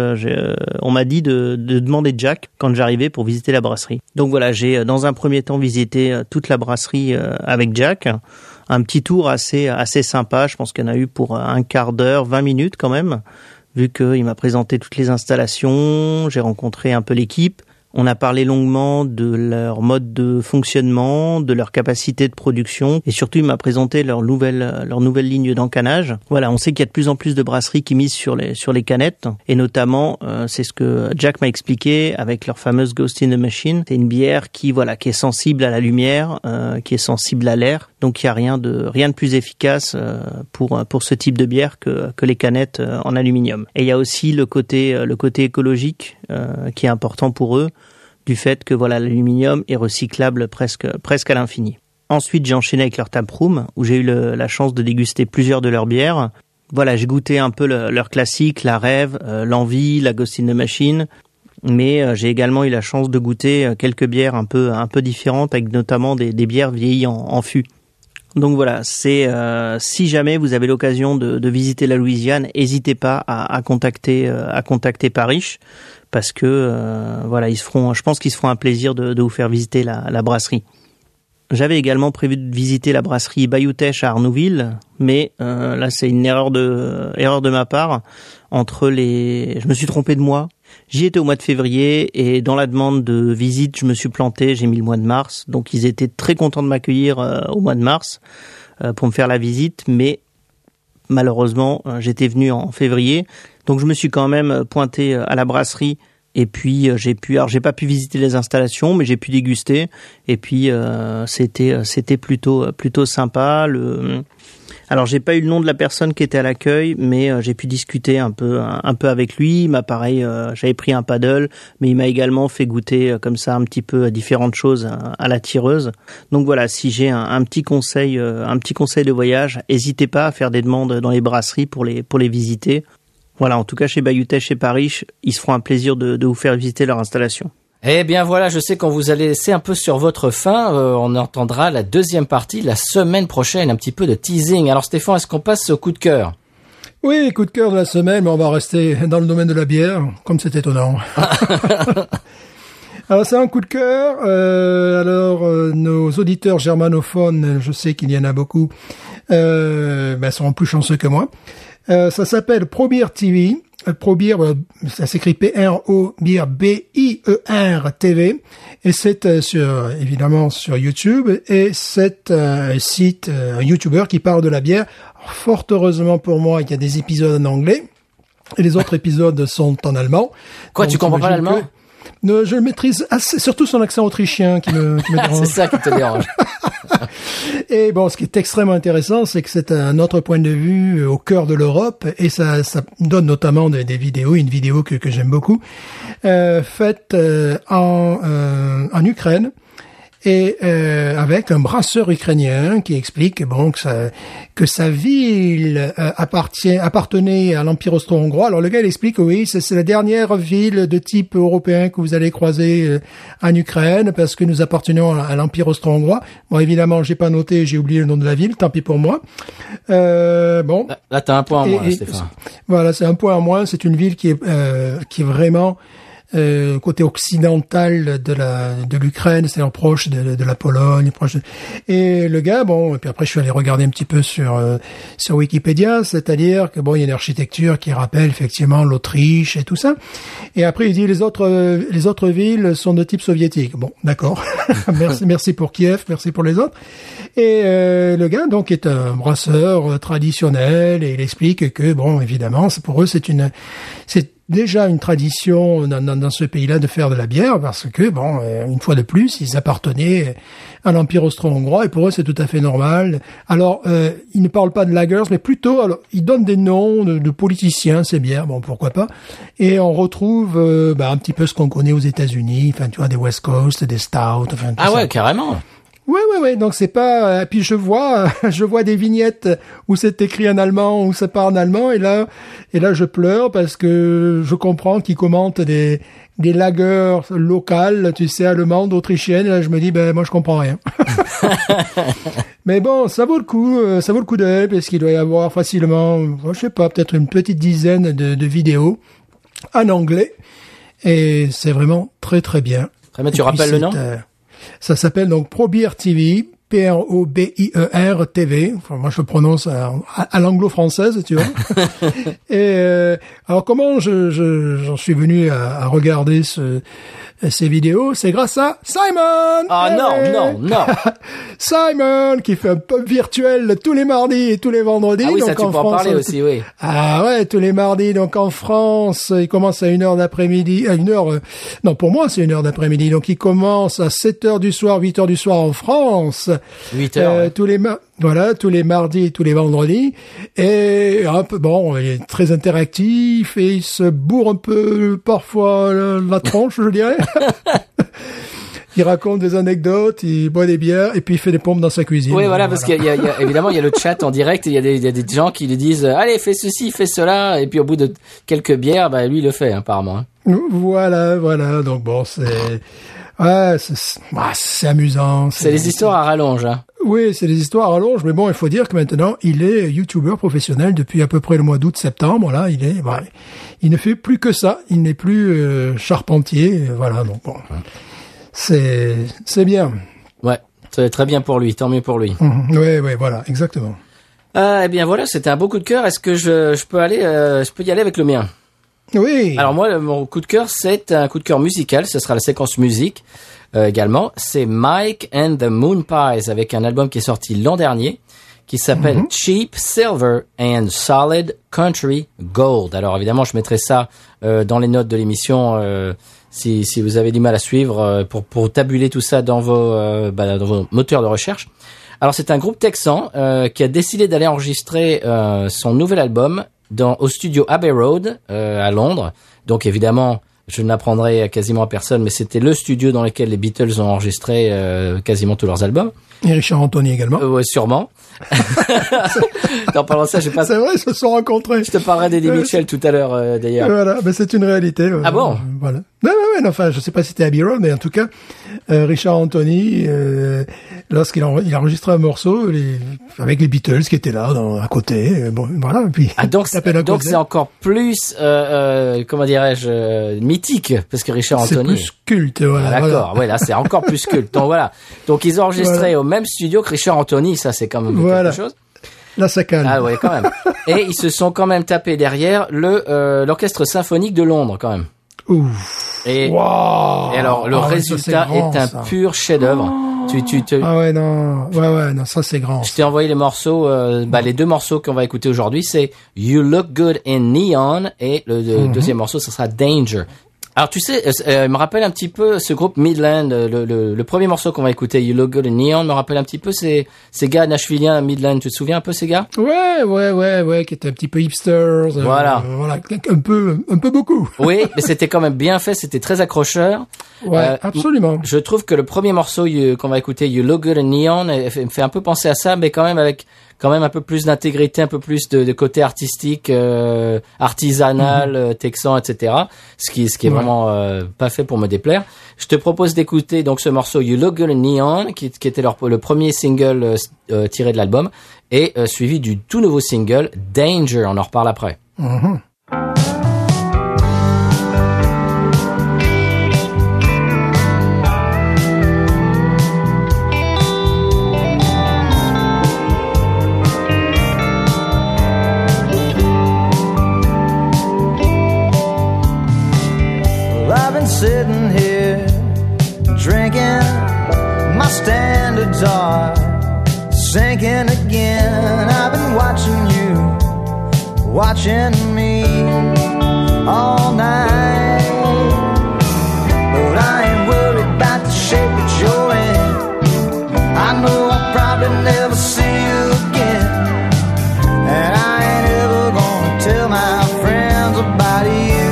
on m'a dit de demander Jack quand j'arrivais pour visiter la brasserie ». Donc voilà, j'ai dans un premier temps visité toute la brasserie avec Jack. Un petit tour assez sympa, je pense qu'il y en a eu pour un quart d'heure, 20 minutes quand même, vu qu'il m'a présenté toutes les installations, j'ai rencontré un peu l'équipe. On a parlé longuement de leur mode de fonctionnement, de leur capacité de production et surtout il m'a présenté leur nouvelle ligne d'encanage. Voilà, on sait qu'il y a de plus en plus de brasseries qui misent sur les canettes et notamment c'est ce que Jack m'a expliqué avec leur fameuse Ghost in the Machine. C'est une bière qui est sensible à la lumière, qui est sensible à l'air. Donc il y a rien de plus efficace pour ce type de bière que les canettes en aluminium. Et il y a aussi le côté écologique qui est important pour eux, du fait que l'aluminium est recyclable presque à l'infini. Ensuite, j'ai enchaîné avec leur taproom où j'ai eu la chance de déguster plusieurs de leurs bières. Voilà, j'ai goûté un peu leur classique, la Rêve, l'Envie, la Ghost in the Machine. Mais j'ai également eu la chance de goûter quelques bières un peu différentes, avec notamment des bières vieillies en fût. Donc voilà, c'est si jamais vous avez l'occasion de visiter la Louisiane, n'hésitez pas à contacter Parish parce que je pense qu'ils se feront un plaisir de vous faire visiter la brasserie. J'avais également prévu de visiter la brasserie Bayou-Teche à Arnouville, mais là c'est une erreur de ma part. Je me suis trompé de mois. J'y étais au mois de février et dans la demande de visite, je me suis planté, j'ai mis le mois de mars. Donc ils étaient très contents de m'accueillir au mois de mars pour me faire la visite, mais malheureusement, j'étais venu en février. Donc je me suis quand même pointé à la brasserie et puis j'ai pas pu visiter les installations, mais j'ai pu déguster et puis c'était plutôt sympa. Alors j'ai pas eu le nom de la personne qui était à l'accueil, mais j'ai pu discuter un peu avec lui. Il m'a j'avais pris un paddle, mais il m'a également fait goûter comme ça un petit peu différentes choses à la tireuse. Donc voilà, si j'ai un petit conseil de voyage, n'hésitez pas à faire des demandes dans les brasseries pour les visiter. Voilà, en tout cas chez Bayou-Teche, chez Parish, ils se feront un plaisir de vous faire visiter leur installation. Eh bien voilà, je sais qu'on vous a laissé un peu sur votre faim. On entendra la deuxième partie la semaine prochaine, un petit peu de teasing. Alors Stéphane, est-ce qu'on passe au coup de cœur? Oui, coup de cœur de la semaine, mais on va rester dans le domaine de la bière, comme c'est étonnant. Alors c'est un coup de cœur. Nos auditeurs germanophones, je sais qu'il y en a beaucoup, seront plus chanceux que moi. Ça s'appelle ProBeer TV. ProBeer, ça s'écrit P-R-O-Beer B-I-E-R TV. Et c'est évidemment sur YouTube. Et c'est un site, un YouTuber qui parle de la bière. Alors, fort heureusement pour moi, il y a des épisodes en anglais. Et les autres épisodes sont en allemand. Quoi, donc, tu comprends pas l'allemand? Je le maîtrise assez, surtout son accent autrichien qui me dérange. C'est ça qui te dérange. Et bon, ce qui est extrêmement intéressant, c'est que c'est un autre point de vue au cœur de l'Europe, et ça donne notamment des vidéos, une vidéo que j'aime beaucoup, faite en Ukraine. Et avec un brasseur ukrainien qui explique que sa ville appartenait à l'Empire austro-hongrois. Alors le gars il explique oui, c'est la dernière ville de type européen que vous allez croiser en Ukraine parce que nous appartenons à l'Empire austro-hongrois. Bon évidemment, j'ai pas noté, j'ai oublié le nom de la ville, tant pis pour moi. Bon. Là t'as un point en moins, Stéphane. Voilà, c'est un point en moins, c'est une ville qui est vraiment côté occidental de l'Ukraine, c'est-à-dire proche de la Pologne, et le gars, bon, et puis après je suis allé regarder un petit peu sur Wikipédia, c'est-à-dire que bon, il y a une architecture qui rappelle effectivement l'Autriche et tout ça. Et après il dit les autres villes sont de type soviétique. Bon, d'accord. merci pour Kiev, merci pour les autres. Et le gars donc est un brasseur traditionnel et il explique que bon, évidemment, pour eux c'est déjà une tradition dans ce pays-là de faire de la bière parce que, bon, une fois de plus, ils appartenaient à l'Empire austro-hongrois et pour eux, c'est tout à fait normal. Alors, ils ne parlent pas de lagers, mais plutôt, alors, ils donnent des noms de politiciens, ces bières, bon, pourquoi pas. Et on retrouve un petit peu ce qu'on connaît aux États-Unis, enfin, tu vois, des West Coast, des Stout, enfin, tout ça. Ah ouais, carrément. Ouais. Donc c'est pas. Puis je vois des vignettes où c'est écrit en allemand, où ça part en allemand, et là je pleure parce que je comprends qu'ils commentent des lagers locales, tu sais, allemandes, autrichiennes. Et là je me dis moi je comprends rien. Mais bon, ça vaut le coup d'œil parce qu'il doit y avoir facilement, je sais pas, peut-être une petite dizaine de vidéos en anglais, et c'est vraiment très très bien. Très bien. Tu rappelles le nom? Ça s'appelle donc ProBeer TV, PROBIER TV. Enfin, moi, je le prononce à l'anglo-française, tu vois. Et alors, comment j'en suis venu à regarder ces vidéos? C'est grâce à Simon. Ah non. Simon qui fait un pub virtuel tous les mardis et tous les vendredis. Ah oui, donc ça tu peux en parler aussi, oui. Ah ouais, tous les mardis. Donc en France, il commence à 1h d'après-midi. Non, pour moi, c'est 1h d'après-midi. Donc il commence à 7h du soir, 8h du soir en France. 8h. Ouais. Tous les mardis et tous les vendredis. Et un peu, bon, il est très interactif et il se bourre un peu parfois la tronche, je dirais. Il raconte des anecdotes, il boit des bières et puis il fait des pompes dans sa cuisine. Oui, voilà, parce qu'il y a évidemment il y a le chat en direct et il y a des gens qui lui disent allez, fais ceci, fais cela, et puis au bout de quelques bières, lui il le fait apparemment. Voilà. Donc bon, c'est amusant. C'est des histoires à rallonge. Hein. Oui, c'est des histoires à rallonge, mais bon, il faut dire que maintenant, il est YouTuber professionnel depuis à peu près le mois d'août-septembre. Là, il ne fait plus que ça. Il n'est plus charpentier. Voilà, donc bon, c'est bien. Ouais, c'est très bien pour lui. Tant mieux pour lui. Oui, voilà, exactement. Eh bien voilà, c'était un beau coup de cœur. Est-ce que je peux y aller avec le mien? Oui. Alors moi, mon coup de cœur, c'est un coup de cœur musical. Ce sera la séquence musique également. C'est Mike and the Moon Pies avec un album qui est sorti l'an dernier qui s'appelle Cheap Silver and Solid Country Gold. Alors évidemment, je mettrai ça dans les notes de l'émission si vous avez du mal à suivre pour tabuler tout ça dans vos moteurs de recherche. Alors c'est un groupe texan qui a décidé d'aller enregistrer son nouvel album au studio Abbey Road à Londres. Donc évidemment, je ne l'apprendrai quasiment à personne, mais c'était le studio dans lequel les Beatles ont enregistré quasiment tous leurs albums. Et Richard Anthony également. Ouais, sûrement. En parlant de ça, j'ai pas. C'est vrai, ils se sont rencontrés. Je te parlerai d'Eddie Mitchell tout à l'heure, d'ailleurs. Voilà, mais c'est une réalité. Ah bon? Voilà. Non, enfin, je sais pas si c'était Abbey Road, mais en tout cas, Richard Anthony, lorsqu'il a enregistré un morceau, avec les Beatles qui étaient là, à côté, bon, voilà, et puis. Ah, donc c'est encore plus, comment dirais-je, mythique, parce que Richard Anthony. C'est plus culte, voilà. Ah, d'accord, voilà. ouais, là, c'est encore plus culte. Donc voilà. Donc ils ont enregistré au même studio que Richard Anthony, ça, c'est quand même quelque chose. Là, ça calme. Ah ouais, quand même. Et ils se sont quand même tapés derrière l'orchestre symphonique de Londres, quand même. Ouf. Et alors, le résultat est un pur chef-d'œuvre. Ah ouais, non. Ouais, non, ça c'est grand. Je t'ai envoyé les morceaux, les deux morceaux qu'on va écouter aujourd'hui, c'est You Look Good in Neon et le deuxième morceau, ce sera Danger. Alors tu sais, me rappelle un petit peu ce groupe Midland, le premier morceau qu'on va écouter, You Look Good in Neon, me rappelle un petit peu ces gars nashvilliens Midland. Tu te souviens un peu ces gars? Ouais, qui étaient un petit peu hipsters. Voilà, un peu beaucoup. Oui, mais c'était quand même bien fait, c'était très accrocheur. Ouais, absolument. Je trouve que le premier morceau qu'on va écouter, You Look Good in Neon, me fait un peu penser à ça, mais quand même avec un peu plus d'intégrité, un peu plus de côté artistique, artisanal, texan, etc. Ce qui est vraiment pas fait pour me déplaire. Je te propose d'écouter donc ce morceau You Look Good in Neon, qui était le premier single tiré de l'album, et suivi du tout nouveau single Danger. On en reparle après. thinking again. I've been watching you, watching me all night. But I ain't worried about the shape that you're in. I know I'll probably never see you again. And I ain't ever gonna tell my friends about you.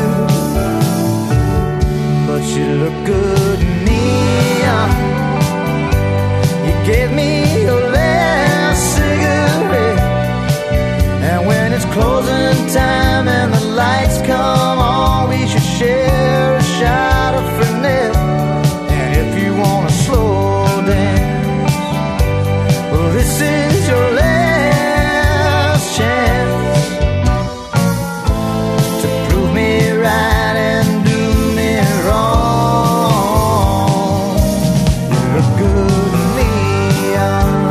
But you look good in neon. You gave me your last cigarette. And when it's closing time and the lights come on, we should share a shot of Fernet. And if you wanna slow dance, well, this is your last chance to prove me right and do me wrong. You look good in neon.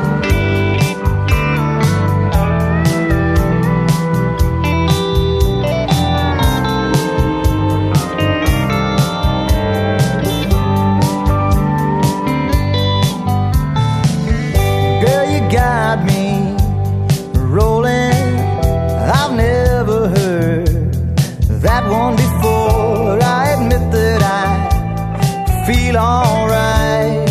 Girl, you got me rolling. I've never heard that one before. I admit that I feel alright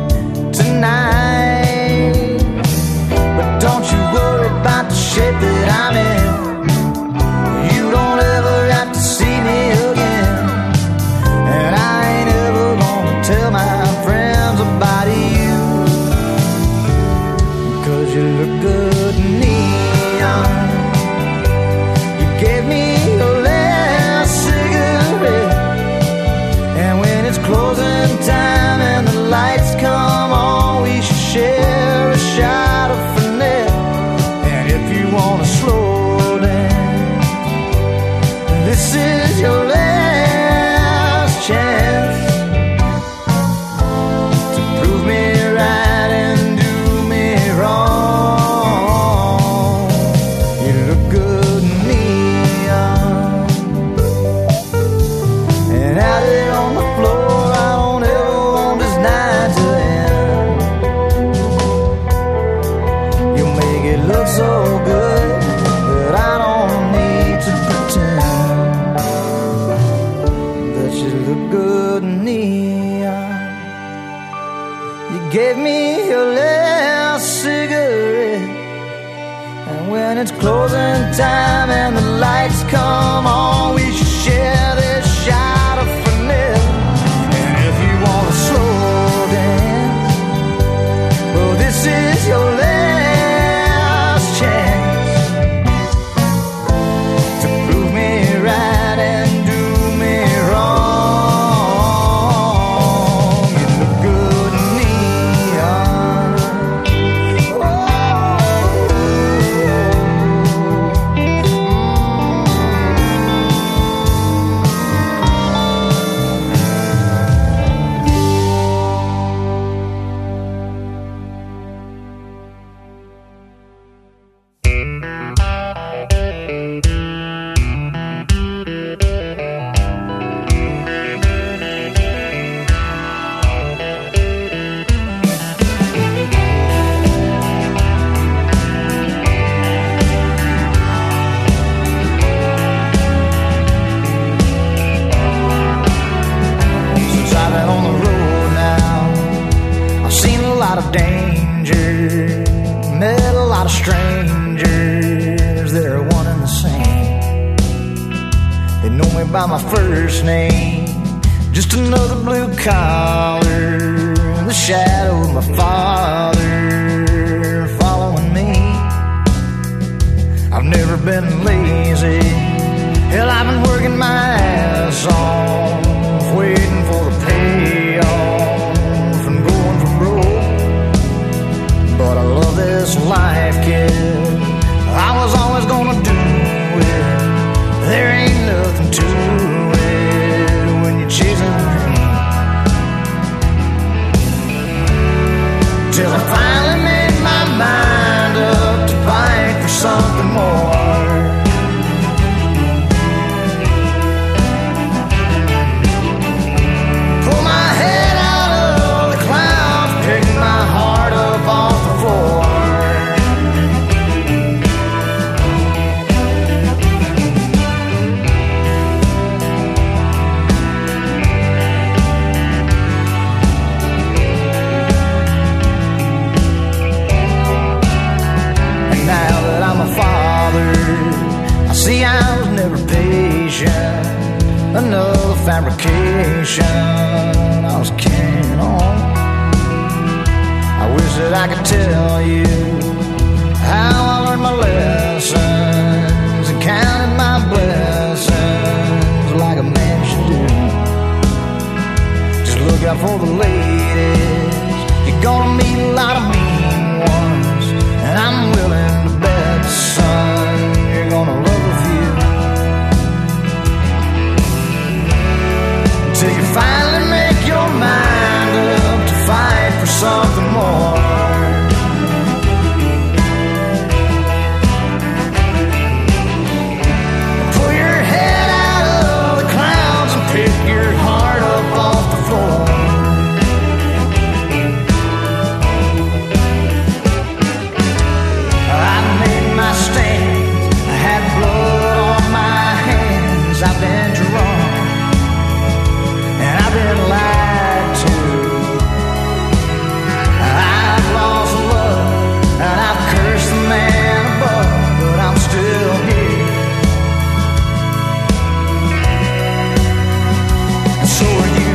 tonight. But don't you worry about the shape that I'm in. You don't ever have to see me again. And I ain't ever gonna tell my friends about you. 'Cause you look good in neon. You gave me your last cigarette. And when it's closing time and the lights come on, we should share a shot of Fernet. And if you wanna slow down, this is your last chance to prove me right and do me wrong. You look good in neon. And out there on the floor, I don't ever want this night to end. You make it look so good that I don't need to pretend that you look good in neon. You gave me your last cigarette. And when it's closing time and the lights come on, we should share this shot of Fernet. And if you want to slow dance, well, this is your last chance to prove me right and do me wrong. You look good in neon. Since I've been on the road now, I've seen a lot of danger, met a lot of strangers, they're one and the same. They know me by my first name, just another blue collar, in the shadow of my father following me. I've never been lazy, hell, I've been working my ass off, waiting for the payoff and going for broke. But I love this life, kid, I was always gonna do it. There ain't nothing to it when you're chasing a dream. Till I finally made my mind up to fight for something more. Pull my head out of the clouds, pick my heart up off the floor. fabrication I was carrying on. I wish that I could tell you how I learned my lessons and counted my blessings like a man should do. Just look out for the ladies, you're gonna meet a lot of mean ones, and I'm willing to bet, son, you're gonna love a few. Till you finally make your mind up to fight for something more. Pull your head out of the clouds and pick your heart up off the floor. I made my stand, I had blood on my hands, I've been drunk and I've been lied to. I've lost love and I've cursed the man above, but I'm still here. And so are you.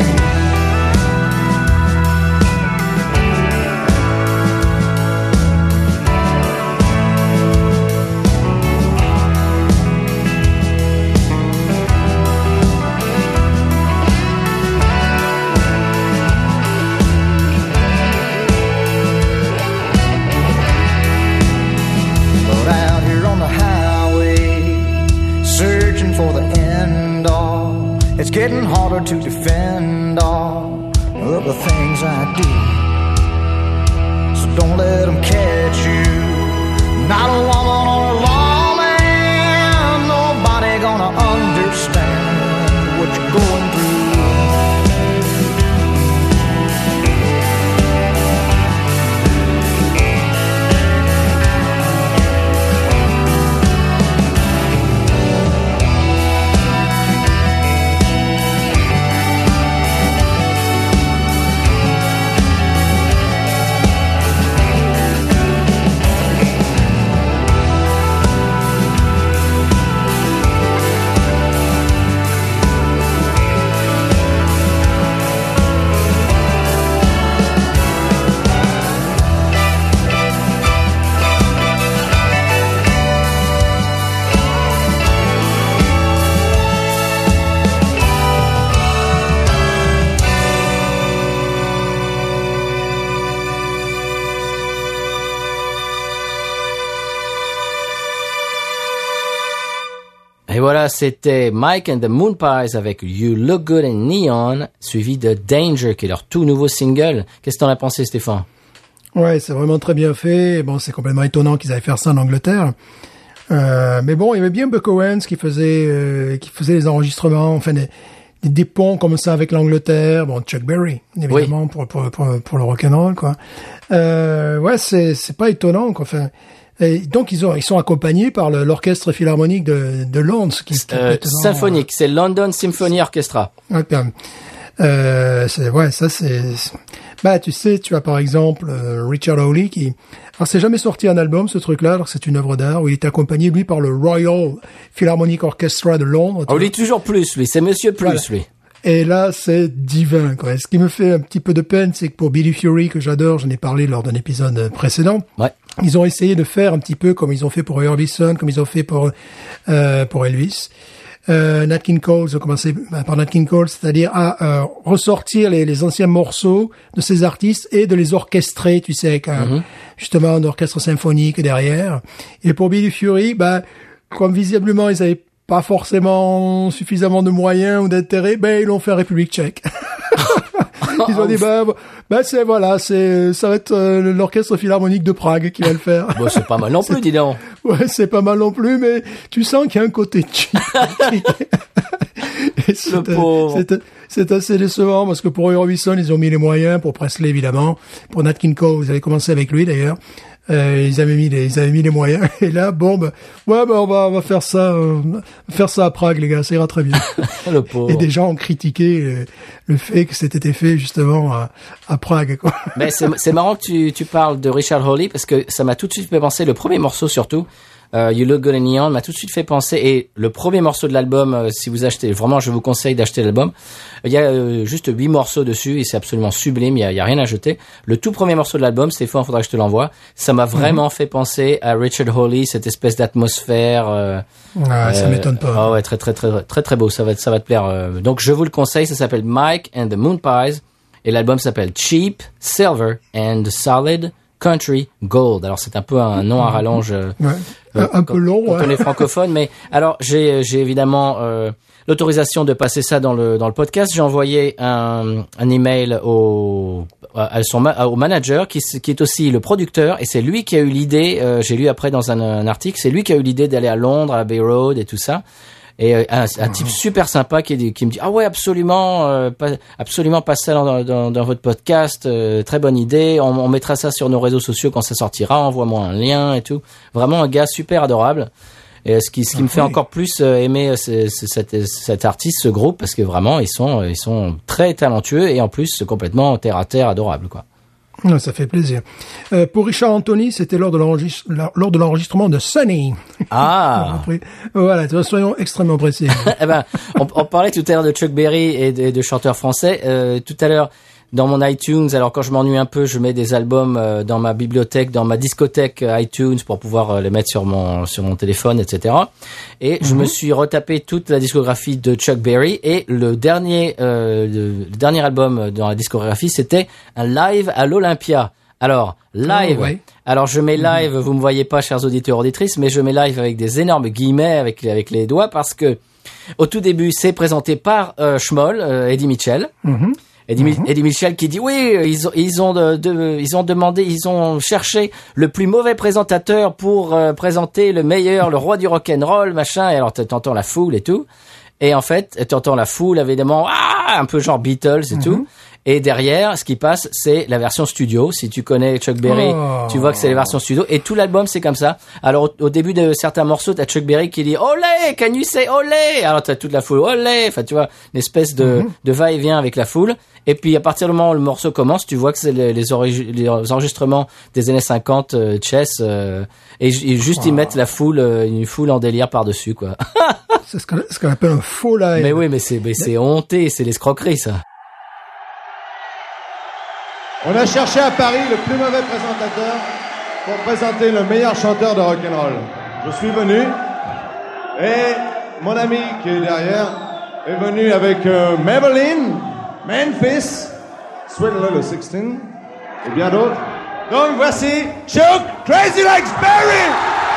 But out here on the highway, searching for the end all, it's getting harder to defend all of the things I do. So don't let them catch you, not a woman or a lawman, nobody gonna understand what you're going through. Et voilà, c'était Mike and the Moon Pies avec You Look Good in Neon, suivi de Danger, qui est leur tout nouveau single. Qu'est-ce que t'en as pensé, Stéphane? Ouais, c'est vraiment très bien fait. Bon, c'est complètement étonnant qu'ils aient fait ça en Angleterre. Mais bon, il y avait bien Buck Owens qui faisait les enregistrements, enfin des ponts comme ça avec l'Angleterre. Bon, Chuck Berry, évidemment, oui. pour le rock'n'roll, quoi. Ouais, c'est pas étonnant, quoi. Enfin, et donc ils sont accompagnés par l'orchestre philharmonique de Londres, symphonique, c'est London Symphony Orchestra. Okay. Bah, tu sais, tu as par exemple Richard Hawley qui, alors c'est jamais sorti un album ce truc-là, alors c'est une œuvre d'art où il est accompagné lui par le Royal Philharmonic Orchestra de Londres. Hawley toujours plus, lui, c'est Monsieur Plus, voilà. Lui. Et là, c'est divin, quoi. Ce qui me fait un petit peu de peine, c'est que pour Billy Fury, que j'adore, j'en ai parlé lors d'un épisode précédent. Ouais. Ils ont essayé de faire un petit peu comme ils ont fait pour Roy Orbison, comme ils ont fait pour Elvis. Nat King Cole, ils ont commencé par Nat King Cole, c'est-à-dire à ressortir les anciens morceaux de ces artistes et de les orchestrer, tu sais, avec justement un orchestre symphonique derrière. Et pour Billy Fury, bah, comme visiblement ils avaient pas forcément suffisamment de moyens ou d'intérêt, ben ils l'ont fait en République tchèque. Ils ont dit ça va être l'orchestre philharmonique de Prague qui va le faire. Bon, c'est pas mal non plus, dis donc. Ouais, c'est pas mal non plus, mais tu sens qu'il y a un côté cheap. C'est assez décevant parce que pour Roy Orbison, ils ont mis les moyens, pour Presley évidemment, pour Nat King Cole, ils avaient commencé avec lui d'ailleurs. Ils avaient mis les moyens. Et là, bon, on va faire ça à Prague, les gars. Ça ira très bien. Le pauvre. Et des gens ont critiqué le fait que c'était été fait justement à Prague, quoi. Mais c'est marrant que tu parles de Richard Hawley parce que ça m'a tout de suite fait penser, le premier morceau surtout, You Look Good in Neon m'a tout de suite fait penser, et le premier morceau de l'album, si vous achetez, vraiment je vous conseille d'acheter l'album, il y a juste 8 morceaux dessus et c'est absolument sublime, il y a rien à jeter. Le tout premier morceau de l'album, Stéphane, faudra que je te l'envoie, ça m'a vraiment fait penser à Richard Hawley, cette espèce d'atmosphère. Ça m'étonne pas. Ah ouais, très très très très très beau, ça va te plaire. Donc je vous le conseille, ça s'appelle Mike and the Moon Pies et l'album s'appelle Cheap, Silver and Solid Country Gold. Alors c'est un peu un nom à rallonge, un peu long. Quand on est francophone, mais alors j'ai évidemment l'autorisation de passer ça dans le podcast. J'ai envoyé un email au manager qui est aussi le producteur et c'est lui qui a eu l'idée. J'ai lu après dans un article, c'est lui qui a eu l'idée d'aller à Londres, à Abbey Road et tout ça. Et un type super sympa qui me dit absolument passe ça dans votre podcast, très bonne idée, on mettra ça sur nos réseaux sociaux quand ça sortira, envoie-moi un lien et tout. Vraiment un gars super adorable. Et ce qui me fait encore plus aimer cet artiste, ce groupe, parce que vraiment ils sont très talentueux et en plus complètement terre à terre, adorables quoi. Ça fait plaisir. Pour Richard Anthony, c'était lors de l'enregistrement de Sunny. Ah. Voilà, soyons extrêmement précis. Eh ben, on parlait tout à l'heure de Chuck Berry et de chanteurs français. Tout à l'heure, dans mon iTunes, alors quand je m'ennuie un peu, je mets des albums dans ma bibliothèque, dans ma discothèque iTunes pour pouvoir les mettre sur mon téléphone, etc. Et je me suis retapé toute la discographie de Chuck Berry et le dernier album dans la discographie, c'était un live à l'Olympia. Alors, live. Oh, ouais. Alors, je mets live, vous me voyez pas, chers auditeurs, auditrices, mais je mets live avec des énormes guillemets avec les doigts parce que au tout début, c'est présenté par Schmoll, Eddie Mitchell. Eddie Mitchell qui dit oui, ils ont cherché le plus mauvais présentateur pour présenter le roi du rock'n'roll, machin. Et alors t'entends la foule et tout. Et en fait, t'entends la foule évidemment, un peu genre Beatles et tout. Et derrière, ce qui passe, c'est la version studio. Si tu connais Chuck Berry, tu vois que c'est la version studio. Et tout l'album, c'est comme ça. Alors, au début de certains morceaux, t'as Chuck Berry qui dit « Olé, can you say olé ?» Alors, t'as toute la foule « Olé !» Enfin, tu vois, une espèce de va-et-vient avec la foule. Et puis, à partir du moment où le morceau commence, tu vois que c'est les enregistrements des années 50, Chess. Et juste, ils mettent une foule en délire par-dessus, quoi. C'est ce qu'on appelle un faux live. Mais oui, mais c'est honté, c'est l'escroquerie, ça. On a cherché à Paris le plus mauvais présentateur pour présenter le meilleur chanteur de rock'n'roll. Je suis venu et mon ami qui est derrière est venu avec Maybelline, Memphis, Sweet Little 16 et bien d'autres. Donc voici Chuck Crazy Legs Berry.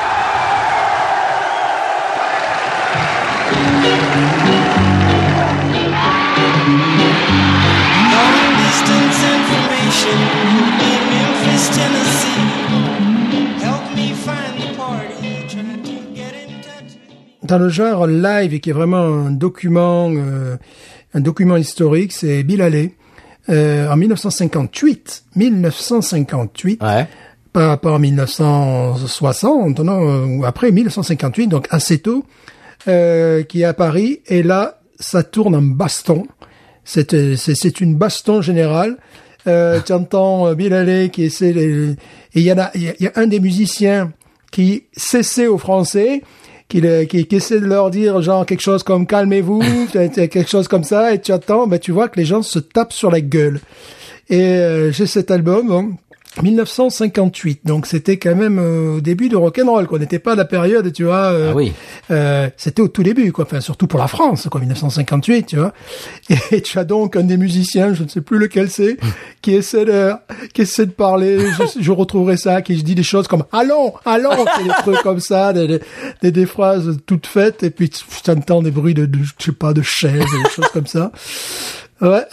Dans le genre live, qui est vraiment un document historique, c'est Bill Haley, en 1958. Ouais. Pas en 1960, non, ou après 1958, donc assez tôt, qui est à Paris, et là, ça tourne en baston. C'est une baston générale. Tu entends Bill Haley qui essaie et il y a un des musiciens qui s'essaie aux Français, qui essaie de leur dire genre quelque chose comme calmez-vous, quelque chose comme ça, et tu attends, tu vois que les gens se tapent sur la gueule. Et j'ai cet album, 1958, donc c'était quand même au début de rock'n'roll, qu'on n'était pas à la période, tu vois. Oui. C'était au tout début, quoi. Enfin, surtout pour la France, quoi, 1958, tu vois. Et tu as donc un des musiciens, je ne sais plus lequel c'est, qui essaie de parler. Je retrouverai ça, qui dit des choses comme allons, des trucs comme ça, des phrases toutes faites, et puis tu entends des bruits de je sais pas, de chaises, des choses comme ça. Ouais.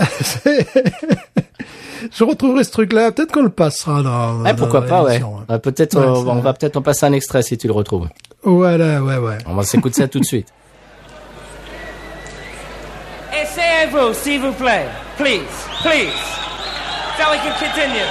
Je retrouverai ce truc-là. Peut-être qu'on le passera dans. Pourquoi pas, ouais. Peut-être, ouais, on va peut-être en passer un extrait si tu le retrouves. Voilà, ouais. On va s'écouter ça tout de suite. Essayez-vous, s'il vous plaît. Please. So we can continue.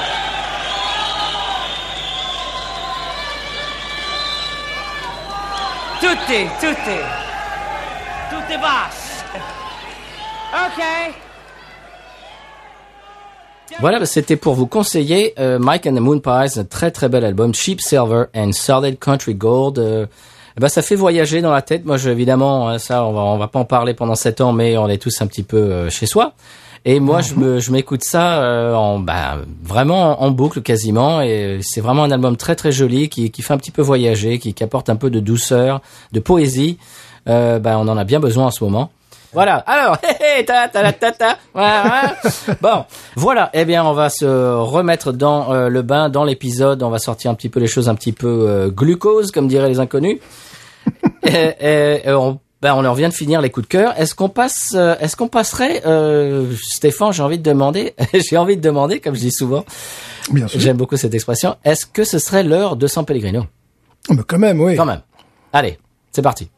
Tutti basse. Okay. Voilà, c'était pour vous conseiller Mike and the Moon Pies, un très très bel album, Cheap Silver and Solid Country Gold. Ça fait voyager dans la tête. Moi, évidemment, ça, on va pas en parler pendant 7 ans, mais on est tous un petit peu chez soi. Et moi, je m'écoute ça vraiment en boucle quasiment. Et c'est vraiment un album très très joli qui fait un petit peu voyager, qui apporte un peu de douceur, de poésie. On en a bien besoin en ce moment. Voilà. Alors, bon, voilà. Eh bien, on va se remettre dans le bain, dans l'épisode. On va sortir un petit peu les choses un petit peu glucose, comme diraient les inconnus. On vient de finir les coups de cœur. Est-ce qu'on passerait, Stéphane, j'ai envie de demander, comme je dis souvent. Bien sûr. J'aime beaucoup cette expression. Est-ce que ce serait l'heure de San Pellegrino? Mais quand même, oui. Quand même. Allez, c'est parti.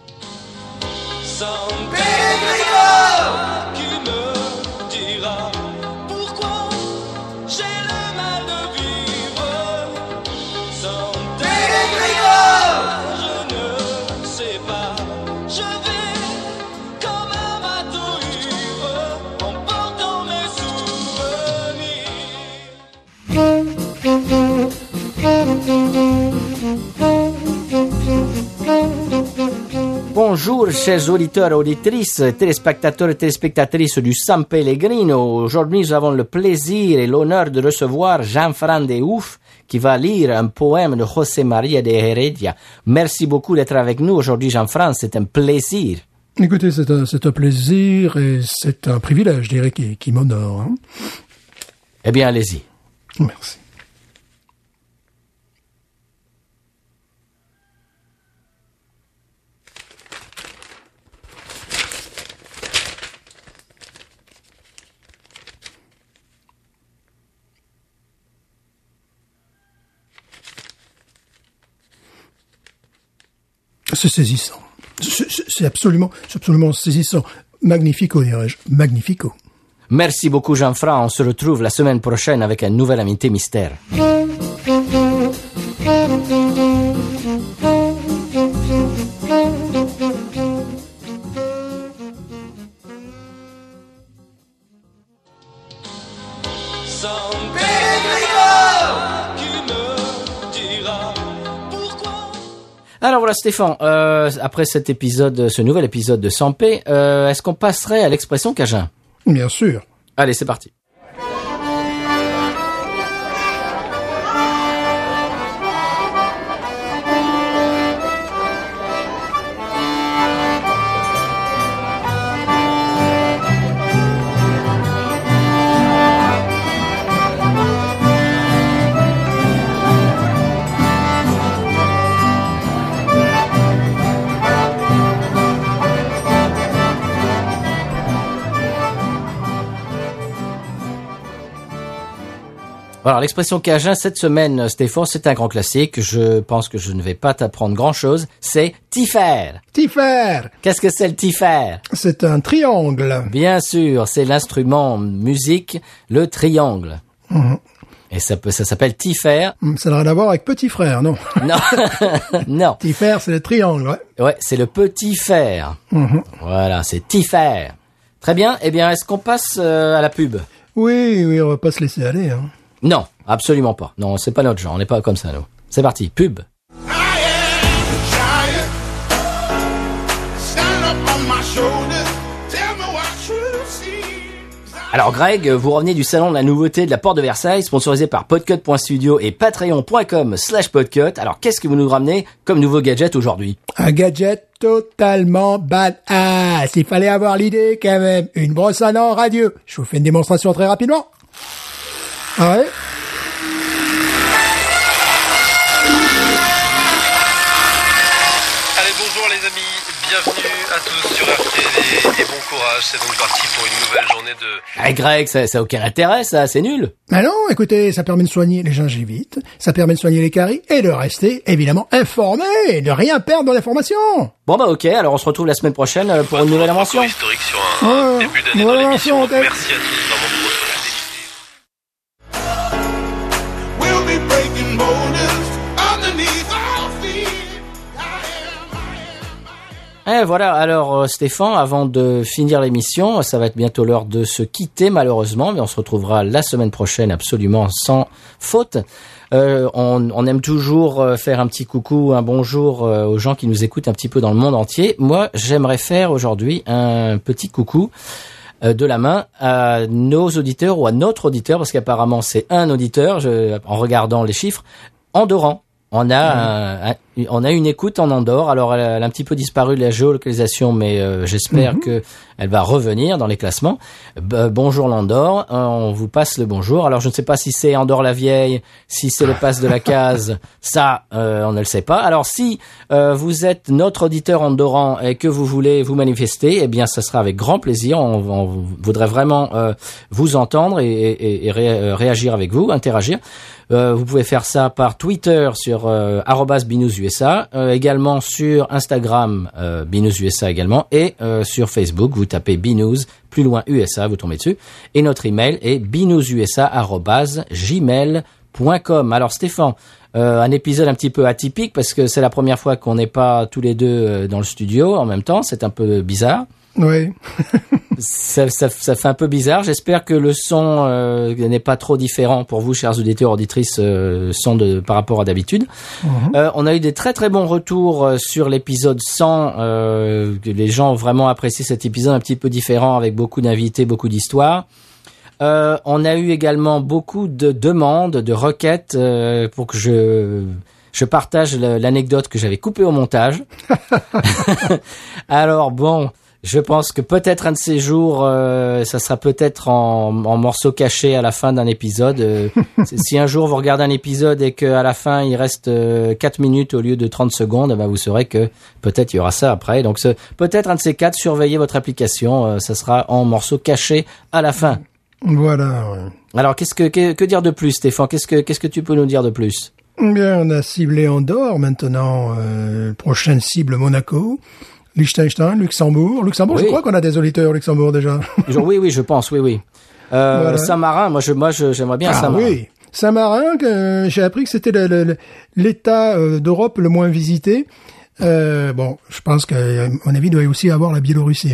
Bonjour chers auditeurs et auditrices, téléspectateurs et téléspectatrices du San Pellegrino. Aujourd'hui, nous avons le plaisir et l'honneur de recevoir Jean-Fran de Ouf qui va lire un poème de José María de Heredia. Merci beaucoup d'être avec nous aujourd'hui, Jean-Fran, c'est un plaisir. Écoutez, c'est un plaisir et c'est un privilège, je dirais, qui m'honore. Hein. Eh bien, allez-y. Merci. C'est saisissant. C'est absolument saisissant. Magnifico, dirais-je. Magnifico. Merci beaucoup, Jean-Fran. On se retrouve la semaine prochaine avec un nouvel invité mystère. Alors voilà Stéphane, après cet épisode, ce nouvel épisode de Sampé, est-ce qu'on passerait à l'expression cajun? Bien sûr. Allez, c'est parti. Alors, l'expression cajun, cette semaine, Stéphane, c'est un grand classique. Je pense que je ne vais pas t'apprendre grand-chose. C'est tiffer. Tiffer. Qu'est-ce que c'est le tiffer? C'est un triangle. Bien sûr, c'est l'instrument musique, le triangle. Mmh. Et ça s'appelle tiffer. Ça n'a rien à voir avec petit frère, non? Non, non. Tiffer, c'est le triangle, ouais. Ouais, c'est le petit fer. Mmh. Voilà, c'est tiffer. Très bien. Eh bien, est-ce qu'on passe à la pub? Oui, on va pas se laisser aller, hein. Non, absolument pas. Non, c'est pas notre genre. On n'est pas comme ça, nous. C'est parti, pub. Alors Greg, vous revenez du salon de la nouveauté de la Porte de Versailles, sponsorisé par podcut.studio et patreon.com/podcut. Alors qu'est-ce que vous nous ramenez comme nouveau gadget aujourd'hui? Un gadget totalement badass. Il fallait avoir l'idée quand même. Une brosse à dents radio. Je vous fais une démonstration très rapidement. Ah ouais. Allez, bonjour les amis, bienvenue à tous sur RTL et bon courage, c'est donc parti pour une nouvelle journée de... Ah Greg, ça a aucun intérêt, ça, c'est nul. Ah non, écoutez, ça permet de soigner les gingivites, ça permet de soigner les caries et de rester évidemment informé, de rien perdre dans l'information. Bon bah ok, alors on se retrouve la semaine prochaine pour une nouvelle invention. Historique sur un début d'année dans l'émission, donc merci à tous vraiment pour votre fidélité. Et voilà, alors Stéphane, avant de finir l'émission, ça va être bientôt l'heure de se quitter malheureusement, mais on se retrouvera la semaine prochaine absolument sans faute. On aime toujours faire un petit coucou, un bonjour aux gens qui nous écoutent un petit peu dans le monde entier. Moi, j'aimerais faire aujourd'hui un petit coucou de la main à nos auditeurs ou à notre auditeur, parce qu'apparemment c'est un auditeur, en regardant les chiffres, andorran. On a une écoute en Andorre. Alors elle a un petit peu disparu de la géolocalisation, mais j'espère que elle va revenir dans les classements. Bonjour l'Andorre, on vous passe le bonjour. Alors je ne sais pas si c'est Andorre-la-Vieille, si c'est le pass de la case, ça on ne le sait pas. Alors si vous êtes notre auditeur andorran et que vous voulez vous manifester, eh bien ça sera avec grand plaisir. On voudrait vraiment vous entendre et réagir avec vous, interagir. Vous pouvez faire ça par Twitter sur @binoususa, également sur Instagram binoususa également, et sur Facebook vous tapez binous plus loin USA, vous tombez dessus, et notre email est binoususa@gmail.com. Alors Stéphane, un épisode un petit peu atypique parce que c'est la première fois qu'on n'est pas tous les deux dans le studio en même temps, c'est un peu bizarre. Oui. Ça fait un peu bizarre. J'espère que le son n'est pas trop différent pour vous, chers auditeurs, auditrices, par rapport à d'habitude. On a eu des très très bons retours sur l'épisode 100. Que les gens ont vraiment apprécié cet épisode un petit peu différent, avec beaucoup d'invités, beaucoup d'histoires. On a eu également beaucoup de demandes, de requêtes pour que je partage l'anecdote que j'avais coupée au montage. Alors bon, je pense que peut-être un de ces jours, ça sera peut-être en morceaux cachés à la fin d'un épisode. Si un jour vous regardez un épisode et qu'à la fin il reste 4 minutes au lieu de 30 secondes, ben vous saurez que peut-être il y aura ça après. Donc peut-être un de ces 4, surveillez votre application, ça sera en morceaux cachés à la fin. Voilà. Ouais. Alors que dire de plus, Stéphane? Qu'est-ce que tu peux nous dire de plus? Bien, on a ciblé Andorre maintenant, prochaine cible Monaco. Liechtenstein, Luxembourg. Luxembourg, oui. Je crois qu'on a des auditeurs au Luxembourg déjà. Oui, je pense, oui. Voilà. Saint-Marin, moi j'aimerais bien Saint-Marin. Oui, Saint-Marin, j'ai appris que c'était l'État d'Europe le moins visité. Bon, je pense qu'à mon avis, il doit aussi avoir la Biélorussie.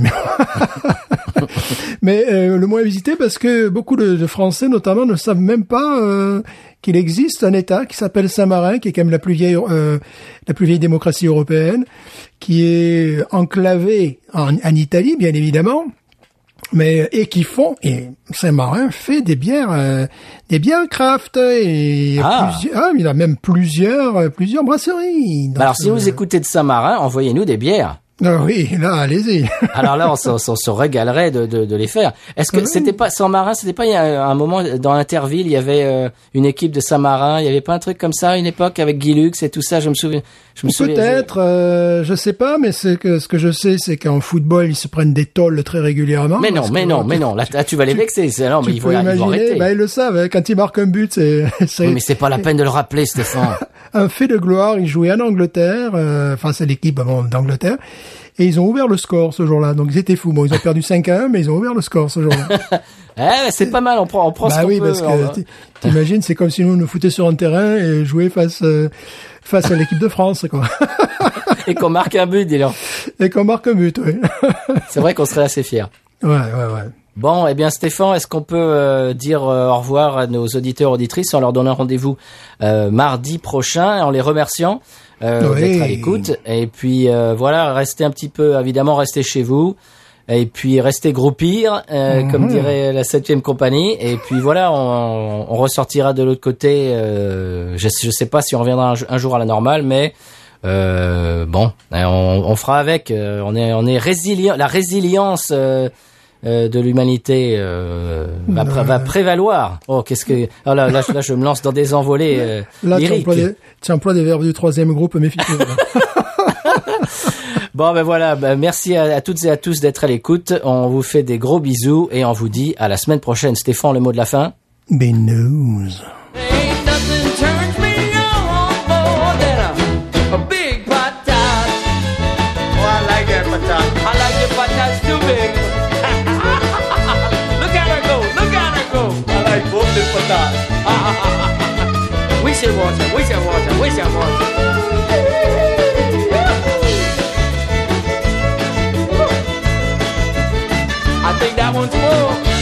Mais le moins visité parce que beaucoup de Français, notamment, ne savent même pas qu'il existe un État qui s'appelle Saint-Marin, qui est quand même la plus vieille démocratie européenne, qui est enclavé en Italie, bien évidemment. Et Saint-Marin fait des bières craft et il y a même plusieurs brasseries. Donc, alors si vous écoutez de Saint-Marin, envoyez-nous des bières. Ah oui, là, allez-y. Alors là, on se régalerait de les faire. Est-ce que c'était pas Saint-Marin, c'était pas il y a un moment dans Interville, il y avait une équipe de Saint-Marin, il y avait pas un truc comme ça, une époque avec Guy Lux et tout ça, je me souviens. Peut-être, je sais pas, mais ce que je sais, c'est qu'en football, ils se prennent des tolls très régulièrement. Mais non. Là, tu vas les vexer. Mais ils vont arrêter. Ils le savent, hein, quand ils marquent un but, c'est... Oui, mais c'est pas la peine de le rappeler, Stéphane. Un fait de gloire, ils jouaient en Angleterre, c'est l'équipe d'Angleterre, et ils ont ouvert le score ce jour-là, donc ils étaient fous. Bon, ils ont perdu 5-1, mais ils ont ouvert le score ce jour-là. C'est pas mal, on prend ce qu'on peut. Oui, parce que t'imagines, c'est comme si nous foutions sur un terrain et jouer face à l'équipe de France, quoi. Et qu'on marque un but, dis-leur. Et qu'on marque un but, oui. C'est vrai qu'on serait assez fiers. Ouais. Bon, eh bien Stéphane, est-ce qu'on peut dire au revoir à nos auditeurs auditrices en leur donnant rendez-vous mardi prochain, en les remerciant d'être à l'écoute. Et puis voilà, restez un petit peu, évidemment, restez chez vous. Et puis restez groupir, comme dirait la 7e compagnie. Et puis voilà, on ressortira de l'autre côté. Je sais pas si on reviendra un jour à la normale, mais on fera avec. On est résilient. La résilience de l'humanité va prévaloir. Oh, là, je me lance dans des envolées lyriques. Tu emploies des verbes du 3e groupe, méfie-toi. Bon, voilà, merci à toutes et à tous d'être à l'écoute. On vous fait des gros bisous et on vous dit à la semaine prochaine. Stéphane, le mot de la fin? Binous. We shall watch. think that one's full.